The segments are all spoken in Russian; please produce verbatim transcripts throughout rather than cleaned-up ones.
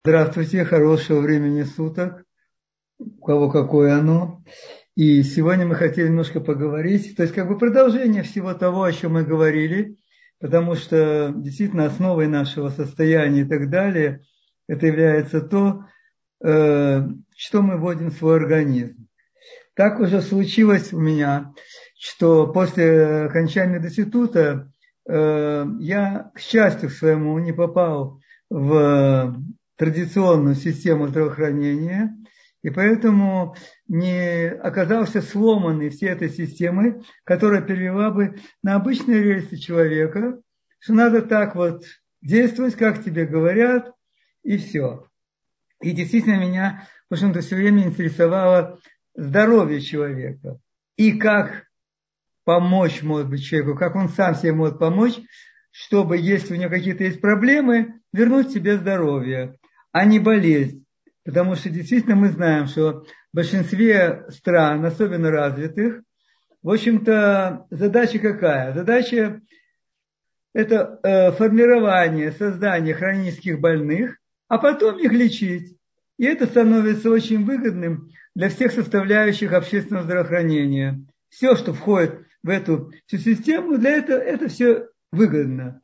Здравствуйте, хорошего времени суток, у кого какое оно. И сегодня мы хотели немножко поговорить, то есть как бы продолжение всего того, о чем мы говорили, потому что действительно основой нашего состояния и так далее, это является то, э, что мы вводим в свой организм. Так уже случилось у меня, что после окончания мединститута э, я, к счастью своему, не попал в традиционную систему здравоохранения, и поэтому не оказался сломанный всей этой системой, которая перевела бы на обычные рельсы человека, что надо так вот действовать, как тебе говорят, и все. И действительно меня, в общем-то, все время интересовало здоровье человека. И как помочь, может быть, человеку, как он сам себе может помочь, чтобы, если у него какие-то есть проблемы, вернуть себе здоровье, а не болезнь. Потому что действительно мы знаем, что в большинстве стран, особенно развитых, в общем-то, задача какая? Задача – это э, формирование, создание хронических больных, а потом их лечить. И это становится очень выгодным для всех составляющих общественного здравоохранения. Все, что входит в эту всю систему, для этого это все выгодно.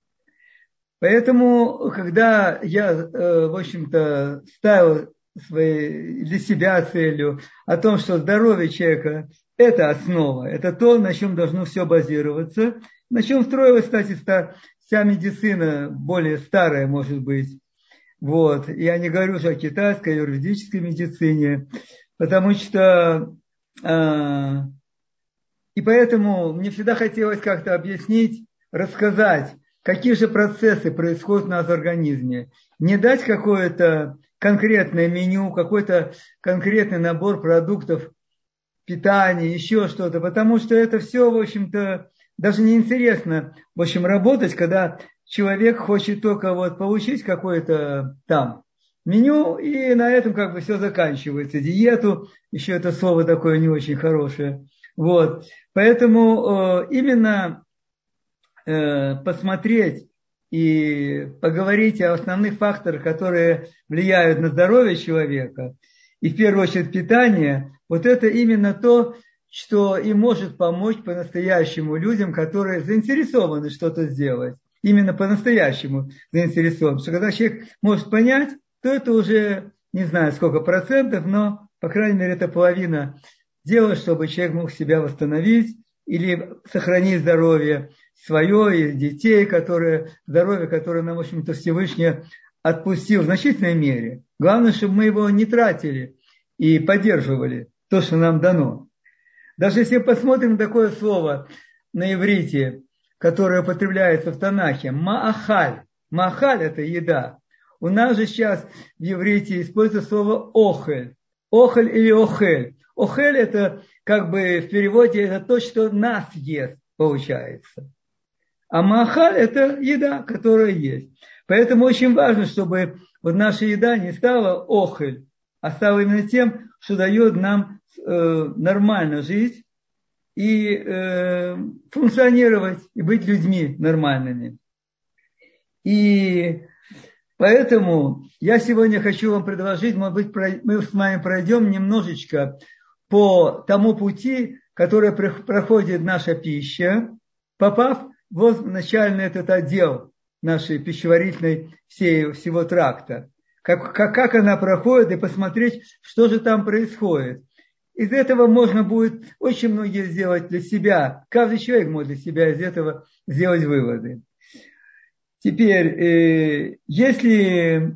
Поэтому, когда я, в общем-то, ставил свои, для себя целью о том, что здоровье человека – это основа, это то, на чем должно все базироваться, на чем строилась, кстати, вся медицина, более старая, может быть. Вот. Я не говорю уже о китайской, юридической медицине, потому что… Э, и поэтому мне всегда хотелось как-то объяснить, рассказать, какие же процессы происходят у нас в организме. Не дать какое-то конкретное меню, какой-то конкретный набор продуктов питания, еще что-то, потому что это все, в общем-то, даже неинтересно, в общем, работать, когда человек хочет только вот получить какое-то там меню, и на этом как бы все заканчивается. Диету, еще это слово такое не очень хорошее. Вот. Поэтому э, именно э, посмотреть и поговорить о основных факторах, которые влияют на здоровье человека, и в первую очередь питание, вот это именно то, что и может помочь по-настоящему людям, которые заинтересованы что-то сделать. Именно по-настоящему заинтересованы. Потому что когда человек может понять, то это уже не знаю сколько процентов, но, по крайней мере, это половина дела, чтобы человек мог себя восстановить или сохранить здоровье свое и детей, которые, здоровье, которое нам, в общем-то, Всевышний отпустил в значительной мере. Главное, чтобы мы его не тратили и поддерживали то, что нам дано. Даже если посмотрим на такое слово на иврите, которое употребляется в Танахе, маахаль. Маахаль – это еда. У нас же сейчас в иврите используется слово охель. Охель или охель. Охель – это как бы в переводе это то, что нас ест, получается. А маахаль – это еда, которая есть. Поэтому очень важно, чтобы вот наша еда не стала охель, а стала именно тем, что дает нам э, нормально жить и э, функционировать, и быть людьми нормальными. И поэтому я сегодня хочу вам предложить, может быть, мы с вами пройдем немножечко по тому пути, который проходит наша пища, попав в начальный этот отдел нашей пищеварительной всей, всего тракта. Как, как, как она проходит, и посмотреть, что же там происходит. Из этого можно будет очень многие сделать для себя. Каждый человек может для себя из этого сделать выводы. Теперь, если,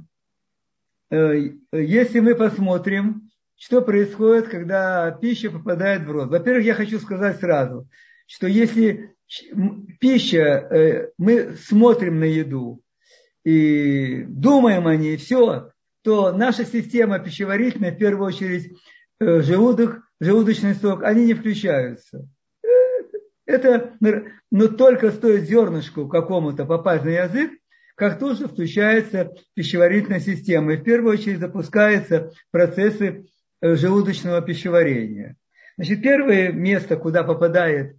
если мы посмотрим, что происходит, когда пища попадает в рот. Во-первых, я хочу сказать сразу, что если пища, мы смотрим на еду и думаем о ней, все, то наша система пищеварительная, в первую очередь желудок, желудочный сок, они не включаются. Это, но только стоит зернышку какому-то попасть на язык, как тут же включается пищеварительная система. И в первую очередь запускаются процессы желудочного пищеварения. Значит, первое место, куда попадает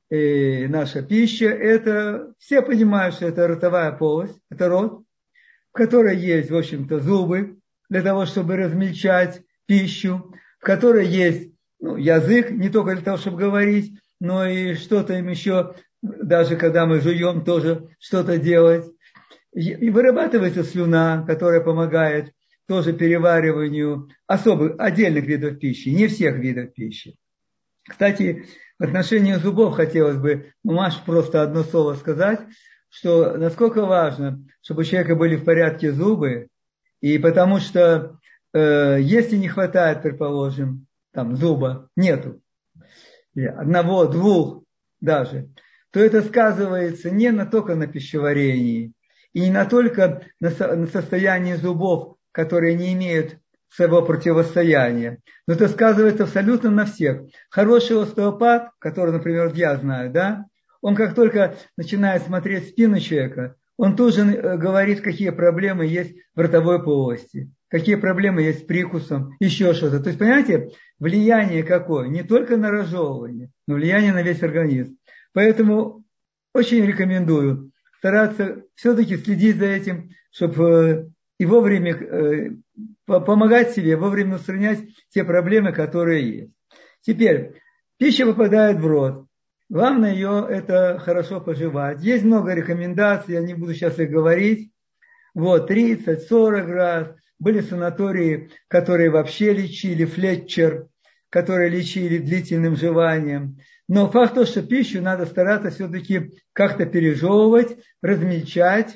э, наша пища, это, все понимают, что это ротовая полость, это рот, в которой есть, в общем-то, зубы для того, чтобы размельчать пищу, в которой есть ну, язык, не только для того, чтобы говорить, но и что-то им еще, даже когда мы жуем, тоже что-то делать. И вырабатывается слюна, которая помогает тоже перевариванию особых, отдельных видов пищи, не всех видов пищи. Кстати, в отношении зубов хотелось бы, ну, Маш, просто одно слово сказать, что насколько важно, чтобы у человека были в порядке зубы, и потому что э, если не хватает, предположим, там зуба, нету, одного, двух даже, то это сказывается не на, только на пищеварении, и не на только на, со, на состоянии зубов, которые не имеют своего противостояния, но это сказывается абсолютно на всех. Хороший остеопат, который, например, я знаю, да, он как только начинает смотреть спину человека, он тут же говорит, какие проблемы есть в ротовой полости, какие проблемы есть с прикусом, еще что-то. То есть, понимаете, влияние какое? Не только на разжевывание, но влияние на весь организм. Поэтому очень рекомендую стараться все-таки следить за этим, чтобы и вовремя помогать себе, вовремя устранять те проблемы, которые есть. Теперь, пища попадает в рот. Главное ее это хорошо пожевать. Есть много рекомендаций, я не буду сейчас их говорить. Вот, тридцать-сорок раз. Были санатории, которые вообще лечили, Флетчер, которые лечили длительным жеванием. Но факт то, что пищу надо стараться все-таки как-то пережевывать, размельчать.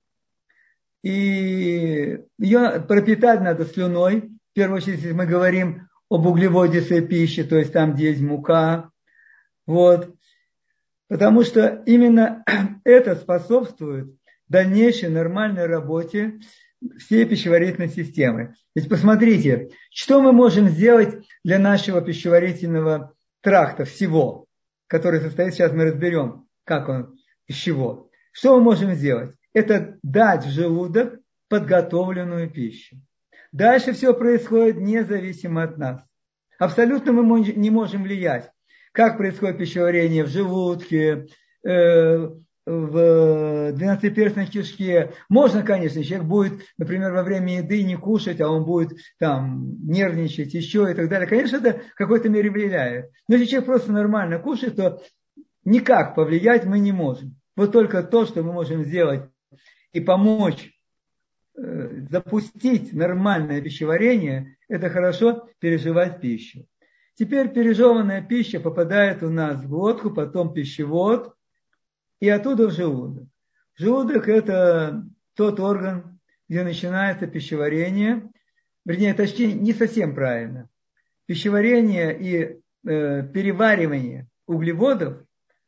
И ее пропитать надо слюной. В первую очередь, если мы говорим об углеводистой пище, то есть там, где есть мука. Вот. Потому что именно это способствует дальнейшей нормальной работе всей пищеварительной системы. Ведь посмотрите, что мы можем сделать для нашего пищеварительного тракта всего, который состоит, сейчас мы разберем, как он, из чего. Что мы можем сделать? Это дать в желудок подготовленную пищу. Дальше все происходит независимо от нас. Абсолютно мы не можем влиять, как происходит пищеварение в желудке, в двенадцатиперстной кишке. Можно, конечно, человек будет, например, во время еды не кушать, а он будет там нервничать еще и так далее. Конечно, это в какой-то мере влияет. Но если человек просто нормально кушает, то никак повлиять мы не можем. Вот только то, что мы можем сделать и помочь э, запустить нормальное пищеварение, это хорошо переживать пищу. Теперь пережеванная пища попадает у нас в глотку, потом в пищевод и оттуда в желудок. Желудок – это тот орган, где начинается пищеварение. Вернее, точнее, не совсем правильно. Пищеварение и э, переваривание углеводов,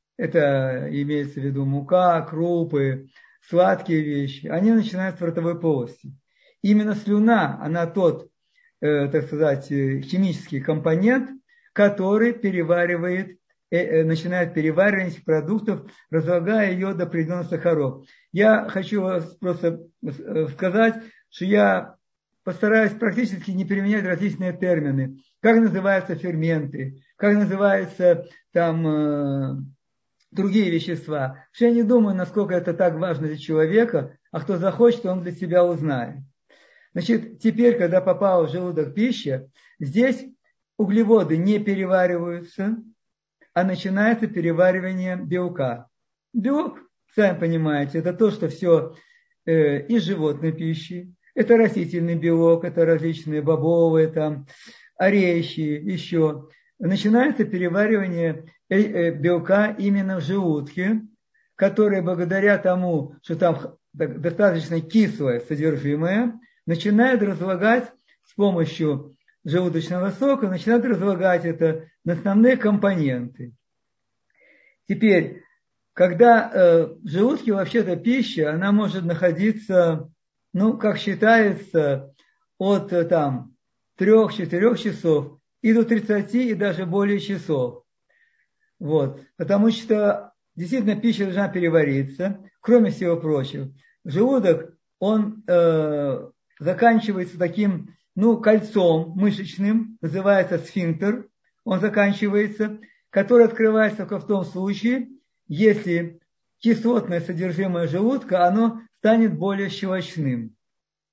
это имеется в виду мука, крупы, сладкие вещи, они начинаются в ротовой полости. Именно слюна, она тот, э, так сказать, химический компонент, который переваривает, э, э, начинает переваривание этих продуктов, разлагая ее до определенных сахаров. Я хочу вас просто сказать, что я постараюсь практически не применять различные термины. Как называются ферменты, как называются там э, другие вещества. Что я не думаю, насколько это так важно для человека, а кто захочет, он для себя узнает. Значит, теперь, когда попала в желудок пища, здесь углеводы не перевариваются, а начинается переваривание белка. Белок, сами понимаете, это то, что все э, из животной пищи. Это растительный белок, это различные бобовые, там, орехи, еще. Начинается переваривание белка именно в желудке, которое благодаря тому, что там достаточно кислое содержимое, начинает разлагать с помощью желудочного сока, начинает разлагать это на основные компоненты. Теперь, когда э, в желудке вообще-то пища, она может находиться, ну, как считается, от там трех-четырех часов и до тридцати и даже более часов. Вот. Потому что действительно пища должна перевариться, кроме всего прочего. Желудок, он э, заканчивается таким, ну, кольцом мышечным, называется сфинктер, он заканчивается, который открывается только в том случае, если кислотное содержимое желудка, оно станет более щелочным.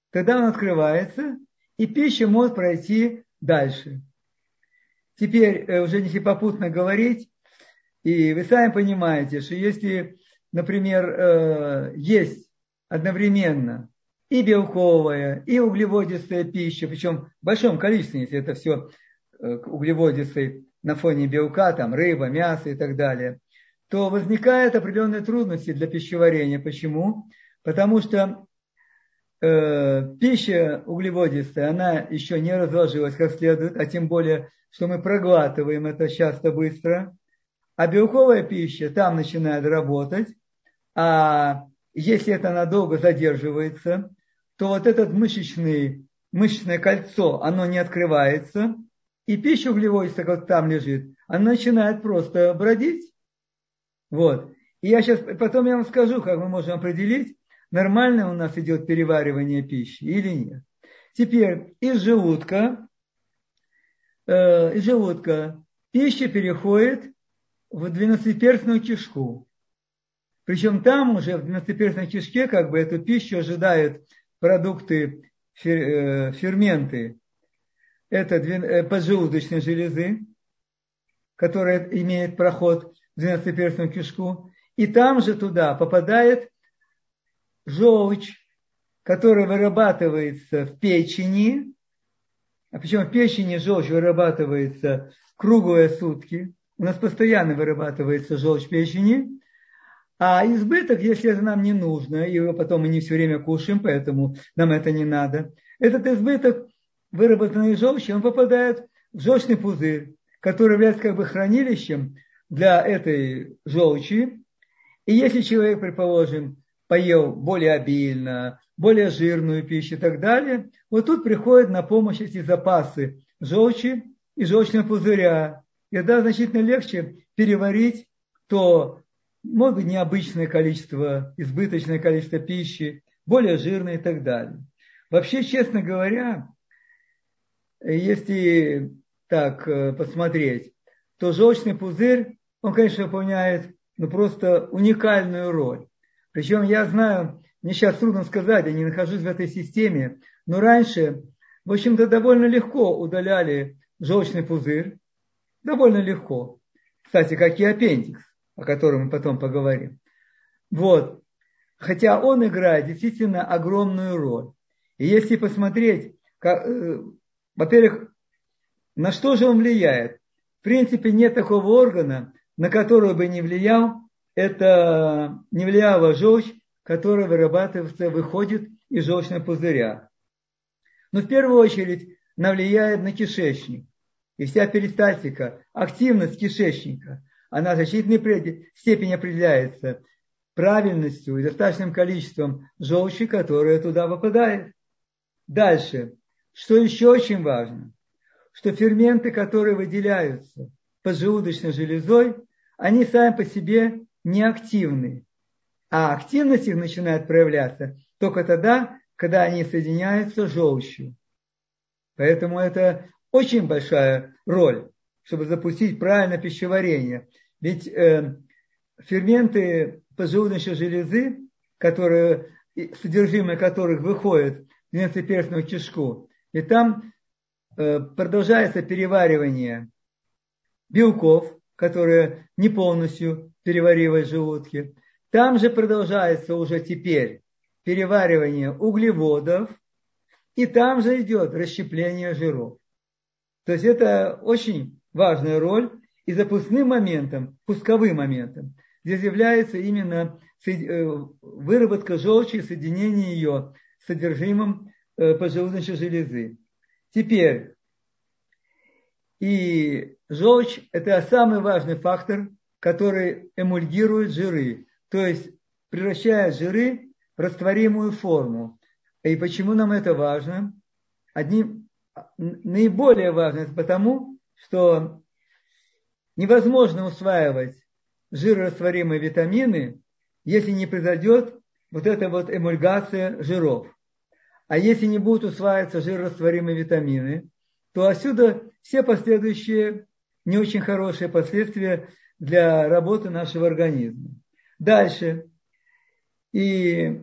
тогда он открывается, и пища может пройти дальше. Теперь уже если попутно говорить, и вы сами понимаете, что если, например, есть одновременно и белковая, и углеводистая пища, причем в большом количестве, если это все углеводистые на фоне белка, там рыба, мясо и так далее, то возникают определенные трудности для пищеварения. Почему? Потому что э, пища углеводистая, она еще не разложилась как следует, а тем более, что мы проглатываем это часто быстро. А белковая пища там начинает работать, а если это надолго задерживается, то вот этот мышечный, мышечное кольцо, оно не открывается, и пища углеводистая, как там лежит, она начинает просто бродить. Вот. И я сейчас, потом я вам скажу, как мы можем определить, нормально у нас идет переваривание пищи или нет. Теперь из желудка, э, из желудка пища переходит в двенадцатиперстную кишку. Причем там уже в двенадцатиперстной кишке как бы эту пищу ожидают продукты, ферменты. Это поджелудочной железы, которая имеет проход в двенадцатиперстную кишку. И там же туда попадает желчь, которая вырабатывается в печени. А причем в печени желчь вырабатывается круглые сутки. У нас постоянно вырабатывается желчь в печени. А избыток, если это нам не нужно, его потом мы не все время кушаем, поэтому нам это не надо. Этот избыток выработанной желчи, он попадает в желчный пузырь, который является как бы хранилищем для этой желчи. И если человек, предположим, поел более обильно, более жирную пищу и так далее, вот тут приходят на помощь эти запасы желчи и желчного пузыря. И тогда значительно легче переварить то, может быть, необычное количество, избыточное количество пищи, более жирное и так далее. Вообще, честно говоря, если так посмотреть, то желчный пузырь, он, конечно, выполняет ну, просто уникальную роль. Причем я знаю, мне сейчас трудно сказать, я не нахожусь в этой системе, но раньше, в общем-то, довольно легко удаляли желчный пузырь, довольно легко. Кстати, как и аппендикс, о котором мы потом поговорим. Вот. Хотя он играет действительно огромную роль. И если посмотреть, как, э, во-первых, на что же он влияет? В принципе, нет такого органа, на который бы не влиял, это не влияла желчь, которая вырабатывается, выходит из желчного пузыря. Но в первую очередь она влияет на кишечник. И вся перистальтика, активность кишечника, она в значительной степени определяется правильностью и достаточным количеством желчи, которая туда попадает. Дальше. Что еще очень важно? Что ферменты, которые выделяются поджелудочной железой, они сами по себе не активны. А активность их начинает проявляться только тогда, когда они соединяются с желчью. Поэтому это очень большая роль, чтобы запустить правильное пищеварение. Ведь э, ферменты поджелудочной железы, которые, содержимое которых выходит в двенадцатиперстную кишку, и там э, продолжается переваривание белков, которые не полностью переваривают в желудке. Там же продолжается уже теперь переваривание углеводов, и там же идет расщепление жиров. То есть это очень важная роль, и запускным моментом, пусковым моментом, здесь является именно выработка желчи и соединение ее с содержимым поджелудочной железы. Теперь, и желчь – это самый важный фактор, который эмульгирует жиры, то есть превращает жиры в растворимую форму. И почему нам это важно? Одним, наиболее важно это потому, что невозможно усваивать жирорастворимые витамины, если не произойдет вот эта вот эмульгация жиров. А если не будут усваиваться жирорастворимые витамины, то отсюда все последующие не очень хорошие последствия для работы нашего организма. Дальше. И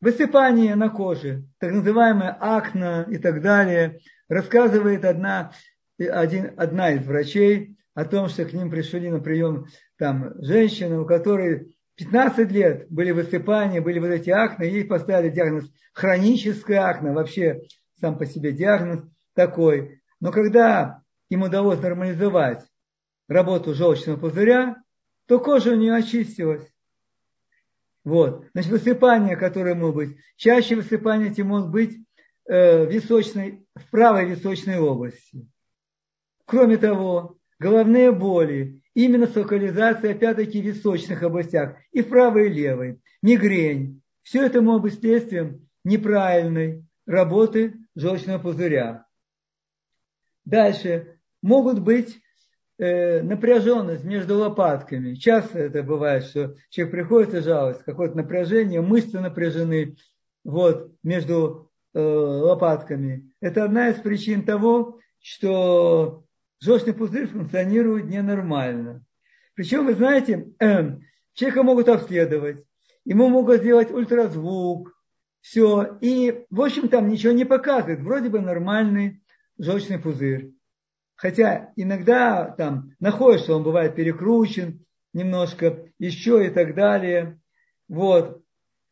высыпание на коже, так называемое акне и так далее. Рассказывает одна, один, одна из врачей о том, что к ним пришли на прием там, женщины, у которой пятнадцать лет были высыпания, были вот эти акне, ей поставили диагноз хроническое акне, вообще сам по себе диагноз такой. Но когда им удалось нормализовать работу желчного пузыря, то кожа у нее очистилась. Вот. Значит, высыпания, которые могут быть, чаще высыпания эти могут быть э, в, височной, в правой височной области. Кроме того, головные боли, именно с локализацией, опять-таки, в височных областях, и в правой, и левой, мигрень, все это может быть следствием неправильной работы желчного пузыря. Дальше, могут быть э, напряженность между лопатками. Часто это бывает, что человек приходит и жалуется, какое-то напряжение, мышцы напряжены вот, между э, лопатками. Это одна из причин того, что желчный пузырь функционирует ненормально. Причем, вы знаете, э, человека могут обследовать, ему могут сделать ультразвук, все, и, в общем, там ничего не показывает, вроде бы нормальный желчный пузырь. Хотя иногда там находишь, что он бывает перекручен немножко, еще и так далее. Вот.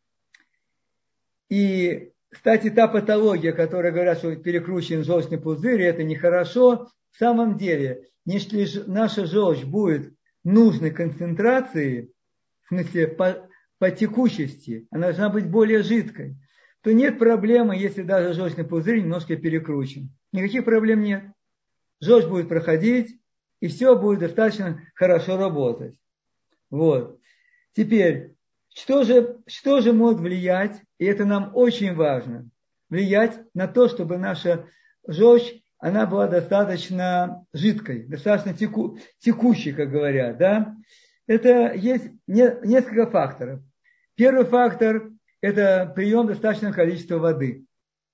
И, кстати, та патология, которая говорят, что перекручен желчный пузырь, это нехорошо. В самом деле, если наша желчь будет нужной концентрации, в смысле по, по текучести, она должна быть более жидкой, то нет проблемы, если даже желчный пузырь немножко перекручен. Никаких проблем нет. Желчь будет проходить, и все будет достаточно хорошо работать. Вот. Теперь, что же, что же может влиять, и это нам очень важно, влиять на то, чтобы наша желчь, она была достаточно жидкой, достаточно теку, текущей, как говорят. Да? Это есть не, несколько факторов. Первый фактор – это прием достаточного количества воды.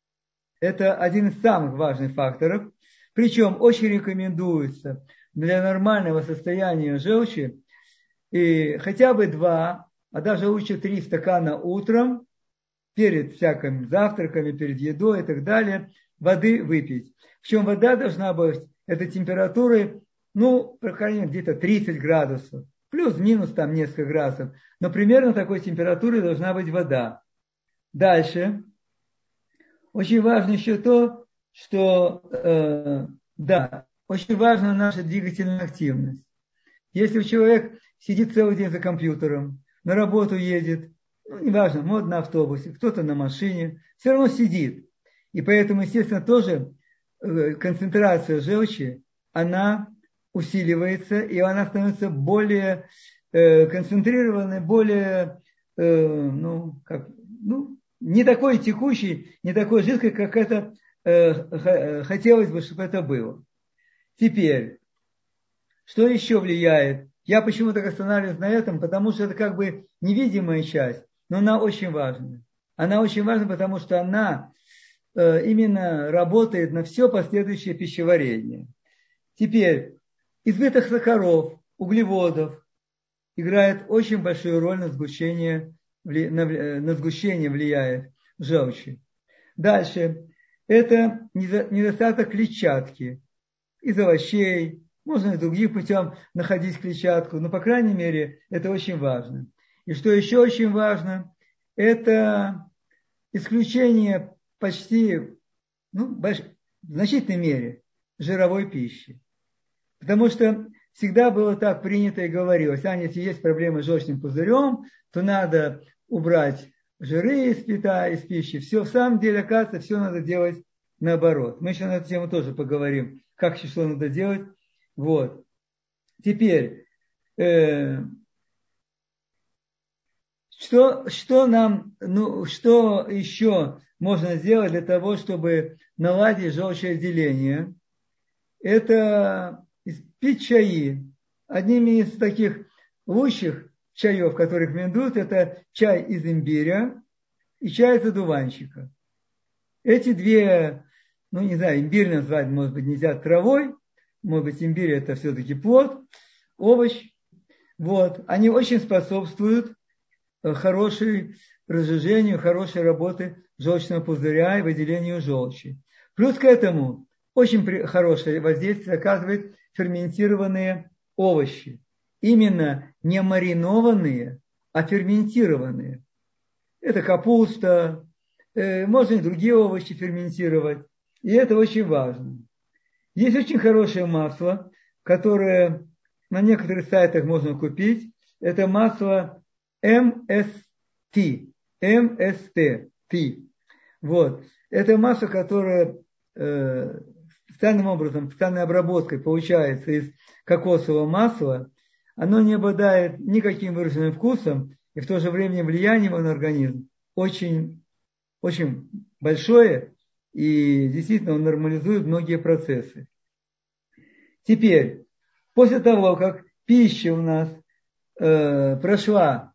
Это один из самых важных факторов. Причем очень рекомендуется для нормального состояния желчи и хотя бы два, а даже лучше три стакана утром, перед всякими завтраками, перед едой и так далее, воды выпить. Причем вода должна быть этой температуры, ну, по крайней мере, где-то тридцать градусов, плюс-минус там несколько градусов, но примерно такой температуры должна быть вода. Дальше. Очень важно еще то, что, э, да, очень важна наша двигательная активность. Если человек сидит целый день за компьютером, на работу едет, ну, неважно, может на автобусе, кто-то на машине, все равно сидит. И поэтому, естественно, тоже э, концентрация желчи, она усиливается, и она становится более э, концентрированной, более, э, ну, как, ну, не такой текущей, не такой жидкой, как это э, хотелось бы, чтобы это было. Теперь, что еще влияет? Я почему так останавливаюсь на этом, потому что это как бы невидимая часть, но она очень важна. Она очень важна, потому что она э, именно работает на все последующее пищеварение. Теперь, избыток сахаров, углеводов играет очень большую роль на сгущение, на, на сгущение влияет в желчи. Дальше, это недостаток клетчатки из овощей, можно и другим путем находить клетчатку, но, по крайней мере, это очень важно. И что еще очень важно, это исключение почти, ну, в значительной мере жировой пищи. Потому что всегда было так принято и говорилось, а если есть проблемы с желчным пузырем, то надо убрать жиры из пита, из пищи. Все, в самом деле, оказывается, все надо делать наоборот. Мы еще на эту тему тоже поговорим, как еще что надо делать. Вот. Теперь, э, что, что нам, ну, что еще можно сделать для того, чтобы наладить желчеотделение? Это пить чаи. Одними из таких лучших чаев, которые рекомендуют, это чай из имбиря и чай из одуванчика. Эти две, ну не знаю, имбирь назвать, может быть, нельзя травой, может быть, имбирь это все-таки плод, овощ. Вот. Они очень способствуют хорошей разжижению, хорошей работы желчного пузыря и выделению желчи. Плюс к этому очень хорошее воздействие оказывает ферментированные овощи. Именно не маринованные, а ферментированные. Это капуста, можно и другие овощи ферментировать. И это очень важно. Есть очень хорошее масло, которое на некоторых сайтах можно купить. Это масло эм эс ти. эм эс ти. Вот. Это масло, которое э, специальным образом, специальной обработкой получается из кокосового масла. Оно не обладает никаким выраженным вкусом и в то же время влияние на организм очень, очень большое. И действительно он нормализует многие процессы. Теперь, после того, как пища у нас э, прошла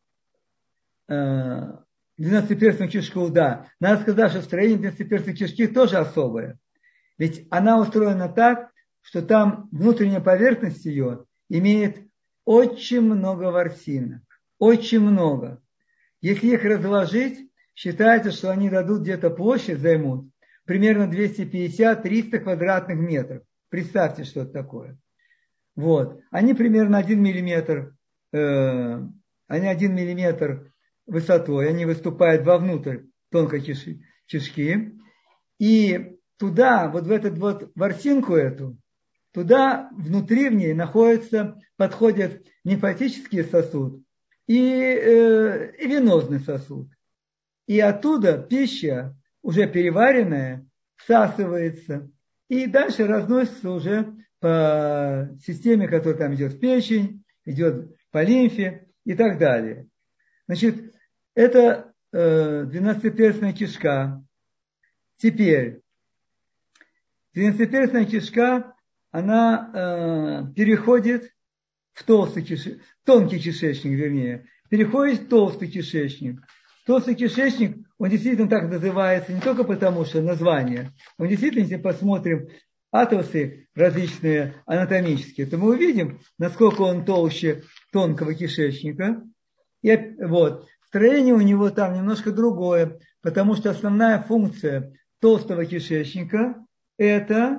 э, двенадцатиперстную кишку, да, надо сказать, что строение двенадцатиперстной кишки тоже особое. Ведь она устроена так, что там внутренняя поверхность ее имеет очень много ворсинок. Очень много. Если их разложить, считается, что они дадут где-то площадь, займут примерно двести пятьдесят - триста квадратных метров. Представьте, что это такое. Вот. Они примерно один миллиметр, э, они один миллиметр высотой, они выступают вовнутрь тонкой кишки, кишки. И туда, вот в эту вот ворсинку эту, туда внутри в ней находится, подходит лимфатический сосуд и, э, и венозный сосуд. И оттуда пища, уже переваренная, всасывается и дальше разносится уже по системе, которая там идет в печень, идет по лимфе и так далее. Значит, это э, двенадцатиперстная кишка. Теперь, двенадцатиперстная кишка, она э, переходит в толстый кишечник, тонкий кишечник, вернее, переходит в толстый кишечник. Толстый кишечник, он действительно так называется не только потому, что название, он действительно, если посмотрим атосы различные анатомические, то мы увидим, насколько он толще тонкого кишечника. И вот, строение у него там немножко другое, потому что основная функция толстого кишечника это,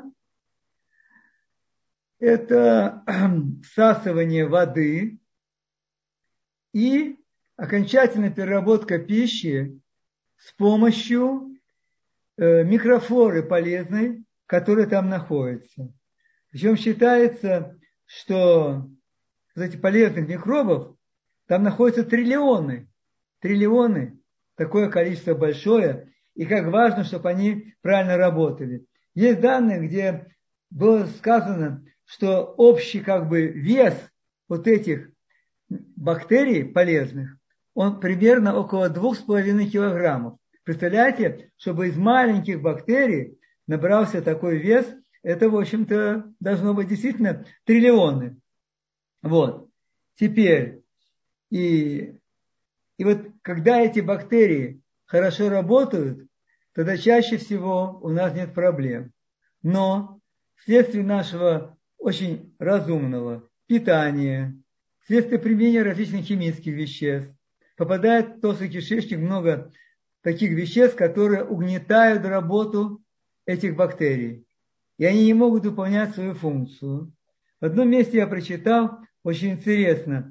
это всасывание воды и окончательная переработка пищи с помощью э, микрофлоры полезной, которая там находится. Причем считается, что из этих полезных микробов там находятся триллионы. Триллионы. Такое количество большое. И как важно, чтобы они правильно работали. Есть данные, где было сказано, что общий как бы вес вот этих бактерий полезных, он примерно около двух с половиной килограммов. Представляете, чтобы из маленьких бактерий набрался такой вес, это, в общем-то, должно быть действительно триллионы. Вот. Теперь, и, и вот когда эти бактерии хорошо работают, тогда чаще всего у нас нет проблем. Но вследствие нашего очень разумного питания, вследствие применения различных химических веществ, попадает в толстый кишечник много таких веществ, которые угнетают работу этих бактерий. И они не могут выполнять свою функцию. В одном месте я прочитал, очень интересно,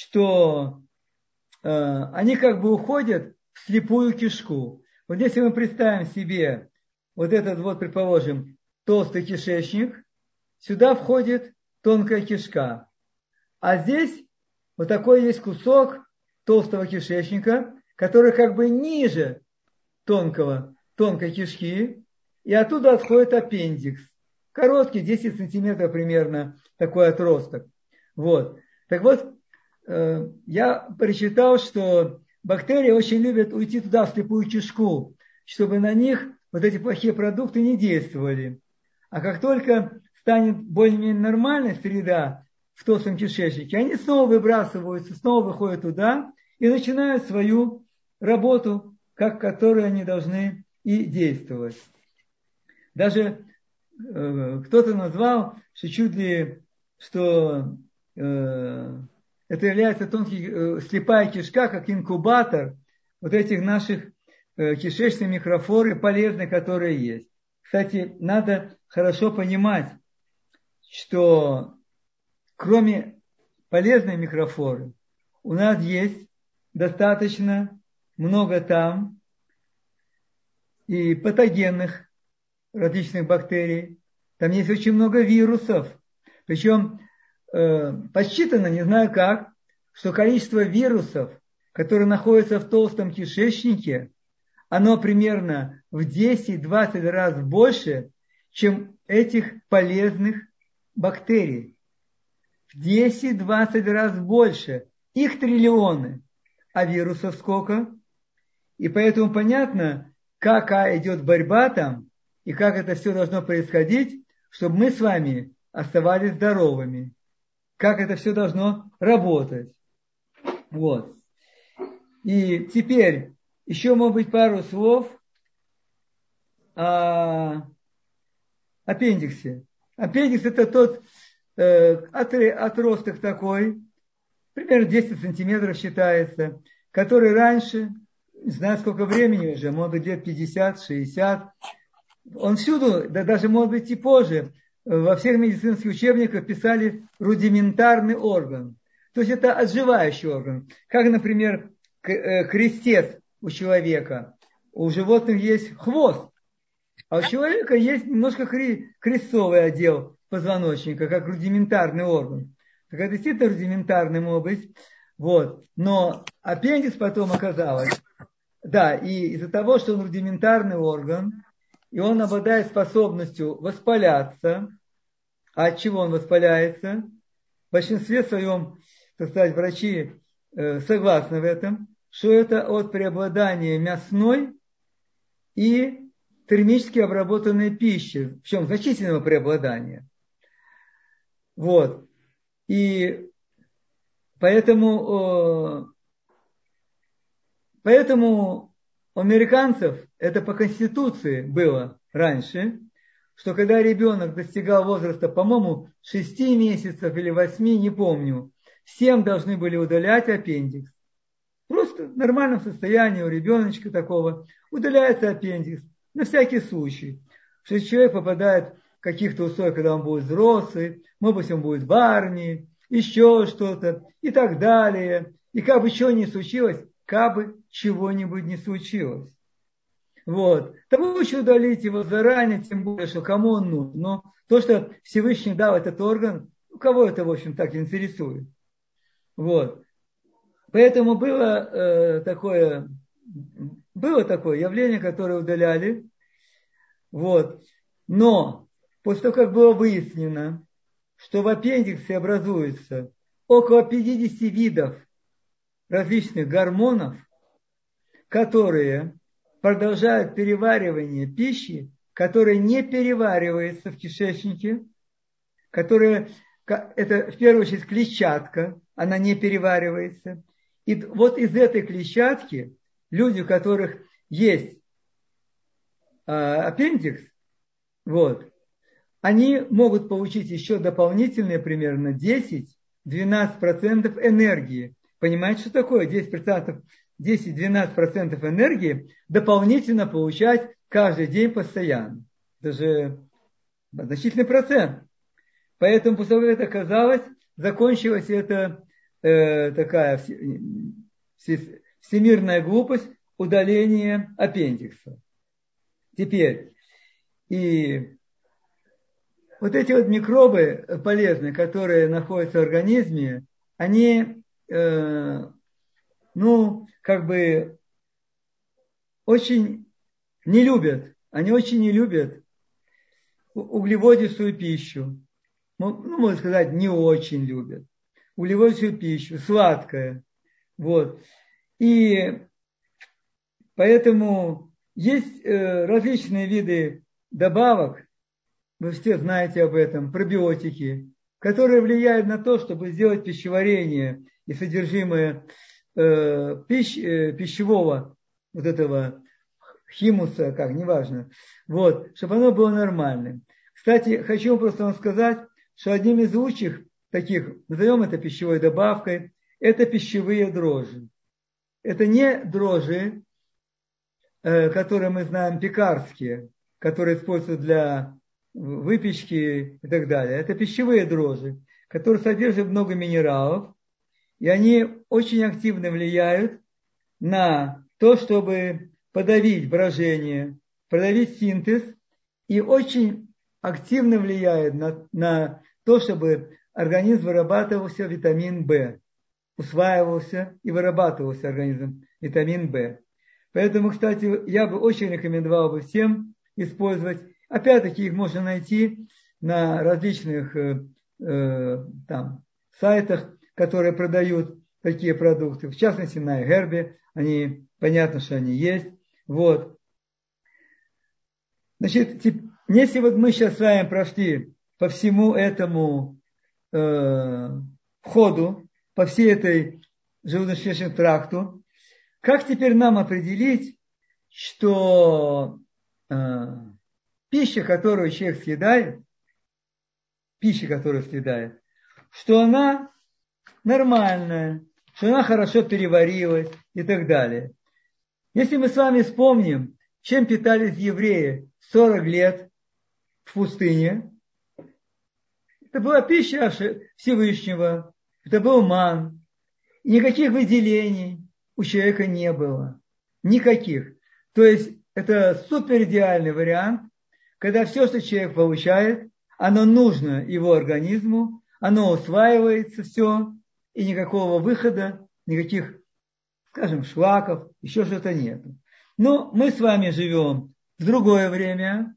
что э, они как бы уходят в слепую кишку. Вот если мы представим себе вот этот вот, предположим, толстый кишечник, сюда входит тонкая кишка. А здесь вот такой есть кусок толстого кишечника, который как бы ниже тонкого, тонкой кишки, и оттуда отходит аппендикс. Короткий, десять сантиметров примерно, такой отросток. Вот. Так вот, э, я прочитал, что бактерии очень любят уйти туда, в слепую кишку, чтобы на них вот эти плохие продукты не действовали. А как только станет более-менее нормальная среда в толстом кишечнике, они снова выбрасываются, снова выходят туда и начинают свою работу, как которой они должны и действовать. Даже э, кто-то назвал, что чуть ли, что э, это является тонкий, э, слепая кишка, как инкубатор вот этих наших э, кишечных микрофлоры полезные, которые есть. Кстати, надо хорошо понимать, что кроме полезной микрофлоры, у нас есть достаточно много там и патогенных различных бактерий. Там есть очень много вирусов. Причем э, подсчитано, не знаю как, что количество вирусов, которые находятся в толстом кишечнике, оно примерно в десять-двадцать раз больше, чем этих полезных бактерий. В десять-двадцать раз больше. Их триллионы. А вирусов сколько? И поэтому понятно, какая идет борьба там, и как это все должно происходить, чтобы мы с вами оставались здоровыми. Как это все должно работать. Вот. И теперь еще, может быть, пару слов о аппендиксе. Аппендикс – это тот э, отросток такой, примерно десять сантиметров считается, который раньше, не знаю сколько времени уже, может быть лет пятьдесят-шестьдесят, он всюду, да даже может быть и позже, во всех медицинских учебниках писали рудиментарный орган. То есть это отживающий орган. Как, например, крестец у человека. У животных есть хвост, а у человека есть немножко крестцовый отдел позвоночника, как рудиментарный орган. Так это действительно рудиментарный может быть. Вот. Но аппендикс потом оказалось, да, и из-за того, что он рудиментарный орган, и он обладает способностью воспаляться. А от чего он воспаляется? В большинстве своем, так сказать, врачи э, согласны в этом, что это от преобладания мясной и термически обработанной пищи, причем значительного преобладания. Вот. И поэтому, э, поэтому у американцев это по конституции было раньше, что когда ребенок достигал возраста, по-моему, шести месяцев или восьми, не помню, всем должны были удалять аппендикс. Просто в нормальном состоянии у ребеночка такого удаляется аппендикс на всякий случай. Что если человек попадает в каких-то условиях, когда он будет взрослый, может быть, он будет в армии, еще что-то и так далее. И как бы чего ни случилось, как бы чего-нибудь не случилось. Вот. Тому лучше удалить его заранее, тем более, что кому он нужен. Но то, что Всевышний дал этот орган, у кого это, в общем, так интересует. Вот. Поэтому было, э, такое, было такое явление, которое удаляли. Вот. Но после того, как было выяснено, что в аппендиксе образуется около пятьдесят видов различных гормонов, которые продолжают переваривание пищи, которая не переваривается в кишечнике, которая, это в первую очередь клетчатка, она не переваривается. И вот из этой клетчатки люди, у которых есть а, аппендикс, вот, они могут получить еще дополнительные примерно десять-двенадцать процентов энергии. Понимаете, что такое десять процентов? десять-двенадцать процентов энергии дополнительно получать каждый день постоянно. Это же значительный процент. Поэтому после того, как это оказалось, закончилась эта э, такая все, всемирная глупость удаления аппендикса. Теперь, и вот эти вот микробы полезные, которые находятся в организме, они, э, ну, как бы очень не любят, они очень не любят углеводистую пищу. Ну, можно сказать, не очень любят. Углеводистую пищу, сладкое. Вот. И поэтому есть э, различные виды добавок, вы все знаете об этом, пробиотики, которые влияют на то, чтобы сделать пищеварение и содержимое э, пищ, э, пищевого вот этого химуса, как, неважно, вот, чтобы оно было нормальным. Кстати, хочу просто вам сказать, что одним из лучших таких, назовем это пищевой добавкой, это пищевые дрожжи. это не дрожжи, которые мы знаем пекарские, которые используются для выпечки и так далее. Это пищевые дрожжи, которые содержат много минералов, и они очень активно влияют на то, чтобы подавить брожение, подавить синтез, и очень активно влияет на, на то, чтобы организм вырабатывался витамин В, усваивался и вырабатывался организм витамин В. Поэтому, кстати, я бы очень рекомендовал бы всем использовать. Опять-таки их можно найти на различных э, э, там, сайтах, которые продают такие продукты. В частности, на iHerb. Они, понятно, что они есть. Вот. Значит, если вот мы сейчас с вами прошли по всему этому э, входу, по всей этой желудочно-кишечному тракту, как теперь нам определить, что э, пища, которую человек съедает, пища, которую съедает, что она нормальная, что она хорошо переварилась и так далее. Если мы с вами вспомним, чем питались евреи сорок лет в пустыне, это была пища Всевышнего, это был ман. И никаких выделений у человека не было. Никаких. То есть это супер идеальный вариант, когда все, что человек получает, оно нужно его организму, оно усваивается все, и никакого выхода, никаких, скажем, шлаков, еще что-то нет. Но мы с вами живем в другое время.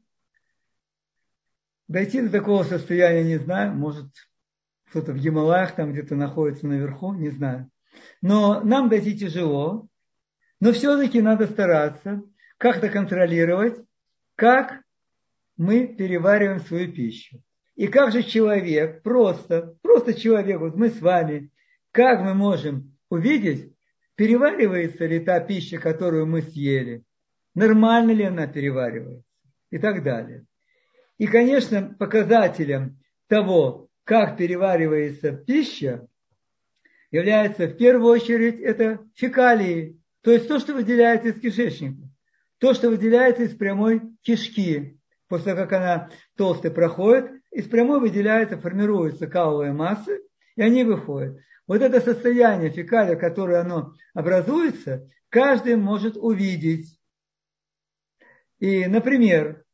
Дойти до такого состояния не знаю, может, кто-то в Гималаях там где-то находится наверху, не знаю. Но нам дойти тяжело, но все-таки надо стараться как-то контролировать, как мы перевариваем свою пищу. И как же человек, просто, просто человек, вот мы с вами, как мы можем увидеть, переваривается ли та пища, которую мы съели, нормально ли она переваривается и так далее. И, конечно, показателем того, как переваривается пища, является в первую очередь это фекалии, то есть то, что выделяется из кишечника, то, что выделяется из прямой кишки. После того, как она толстая проходит, из прямой выделяется, формируются каловые массы, и они выходят. Вот это состояние фекалия, которое оно образуется, каждый может увидеть. И, например,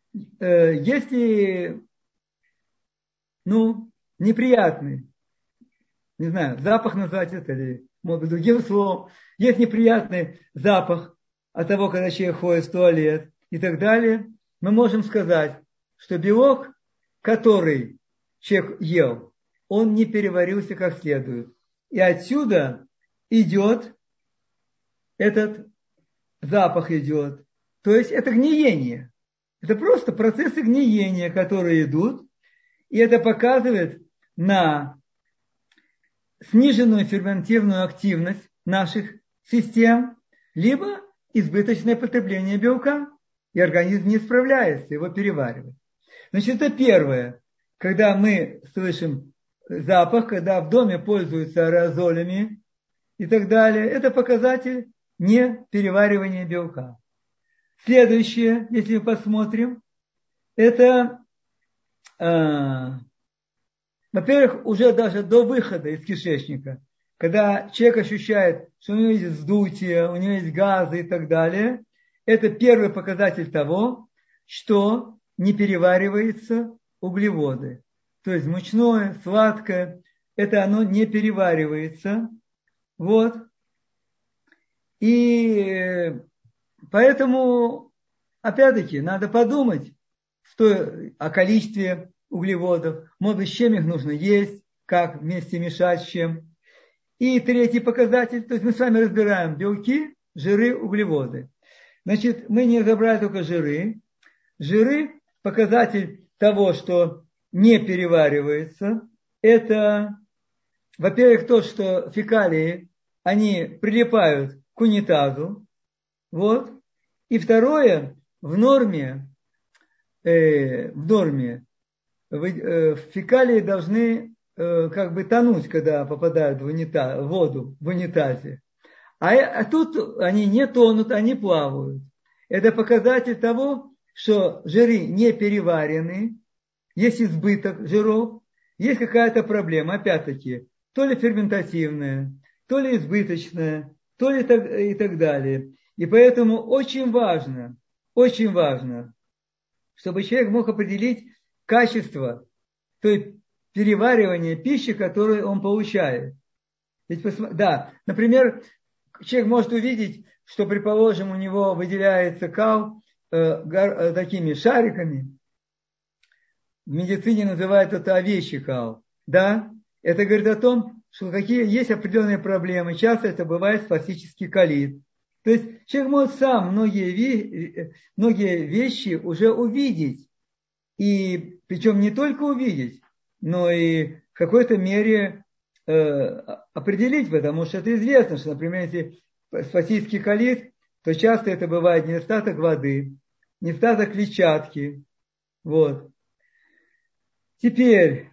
если, ну, неприятный, не знаю, запах назвать это, или, может быть, другим словом, есть неприятный запах от того, когда человек ходит в туалет и так далее, мы можем сказать, что белок, который человек ел, он не переварился как следует. И отсюда идет этот запах идет. То есть это гниение. Это просто процессы гниения, которые идут. И это показывает на сниженную ферментивную активность наших систем, либо избыточное потребление белка. И организм не справляется его переваривать. Значит, это первое. Когда мы слышим запах, когда в доме пользуются аэрозолями и так далее, это показатель не переваривания белка. Следующее, если мы посмотрим, это, э, во-первых, уже даже до выхода из кишечника, когда человек ощущает, что у него есть вздутие, у него есть газы и так далее, это первый показатель того, что не перевариваются углеводы. То есть мучное, сладкое, это оно не переваривается. Вот. И поэтому, опять-таки, надо подумать о количестве углеводов, может быть, с чем их нужно есть, как вместе мешать с чем. И третий показатель, то есть мы с вами разбираем белки, жиры, углеводы. Значит, мы не разобрали только жиры. Жиры, показатель того, что не переваривается, это, во-первых, то, что фекалии, они прилипают к унитазу. Вот. И второе, в норме, э, в норме э, фекалии должны э, как бы тонуть, когда попадают в, унитаз, в воду в унитазе. А, а тут они не тонут, они плавают. Это показатель того, что жиры не переварены, есть избыток жиров, есть какая-то проблема, опять-таки, то ли ферментативная, то ли избыточная, то ли так, и так далее. И поэтому очень важно, очень важно, чтобы человек мог определить качество той переваривания пищи, которую он получает. Ведь, да, например, человек может увидеть, что, предположим, у него выделяется кал э, гар, такими шариками. В медицине называют это овечий кал. Да? Это говорит о том, что какие есть определенные проблемы. Часто это бывает спластический колит. То есть человек может сам многие, многие вещи уже увидеть. И причем не только увидеть, но и в какой-то мере э, определить, потому что это известно, что, например, если спластический колит, то часто это бывает недостаток воды, недостаток клетчатки. Вот. Теперь,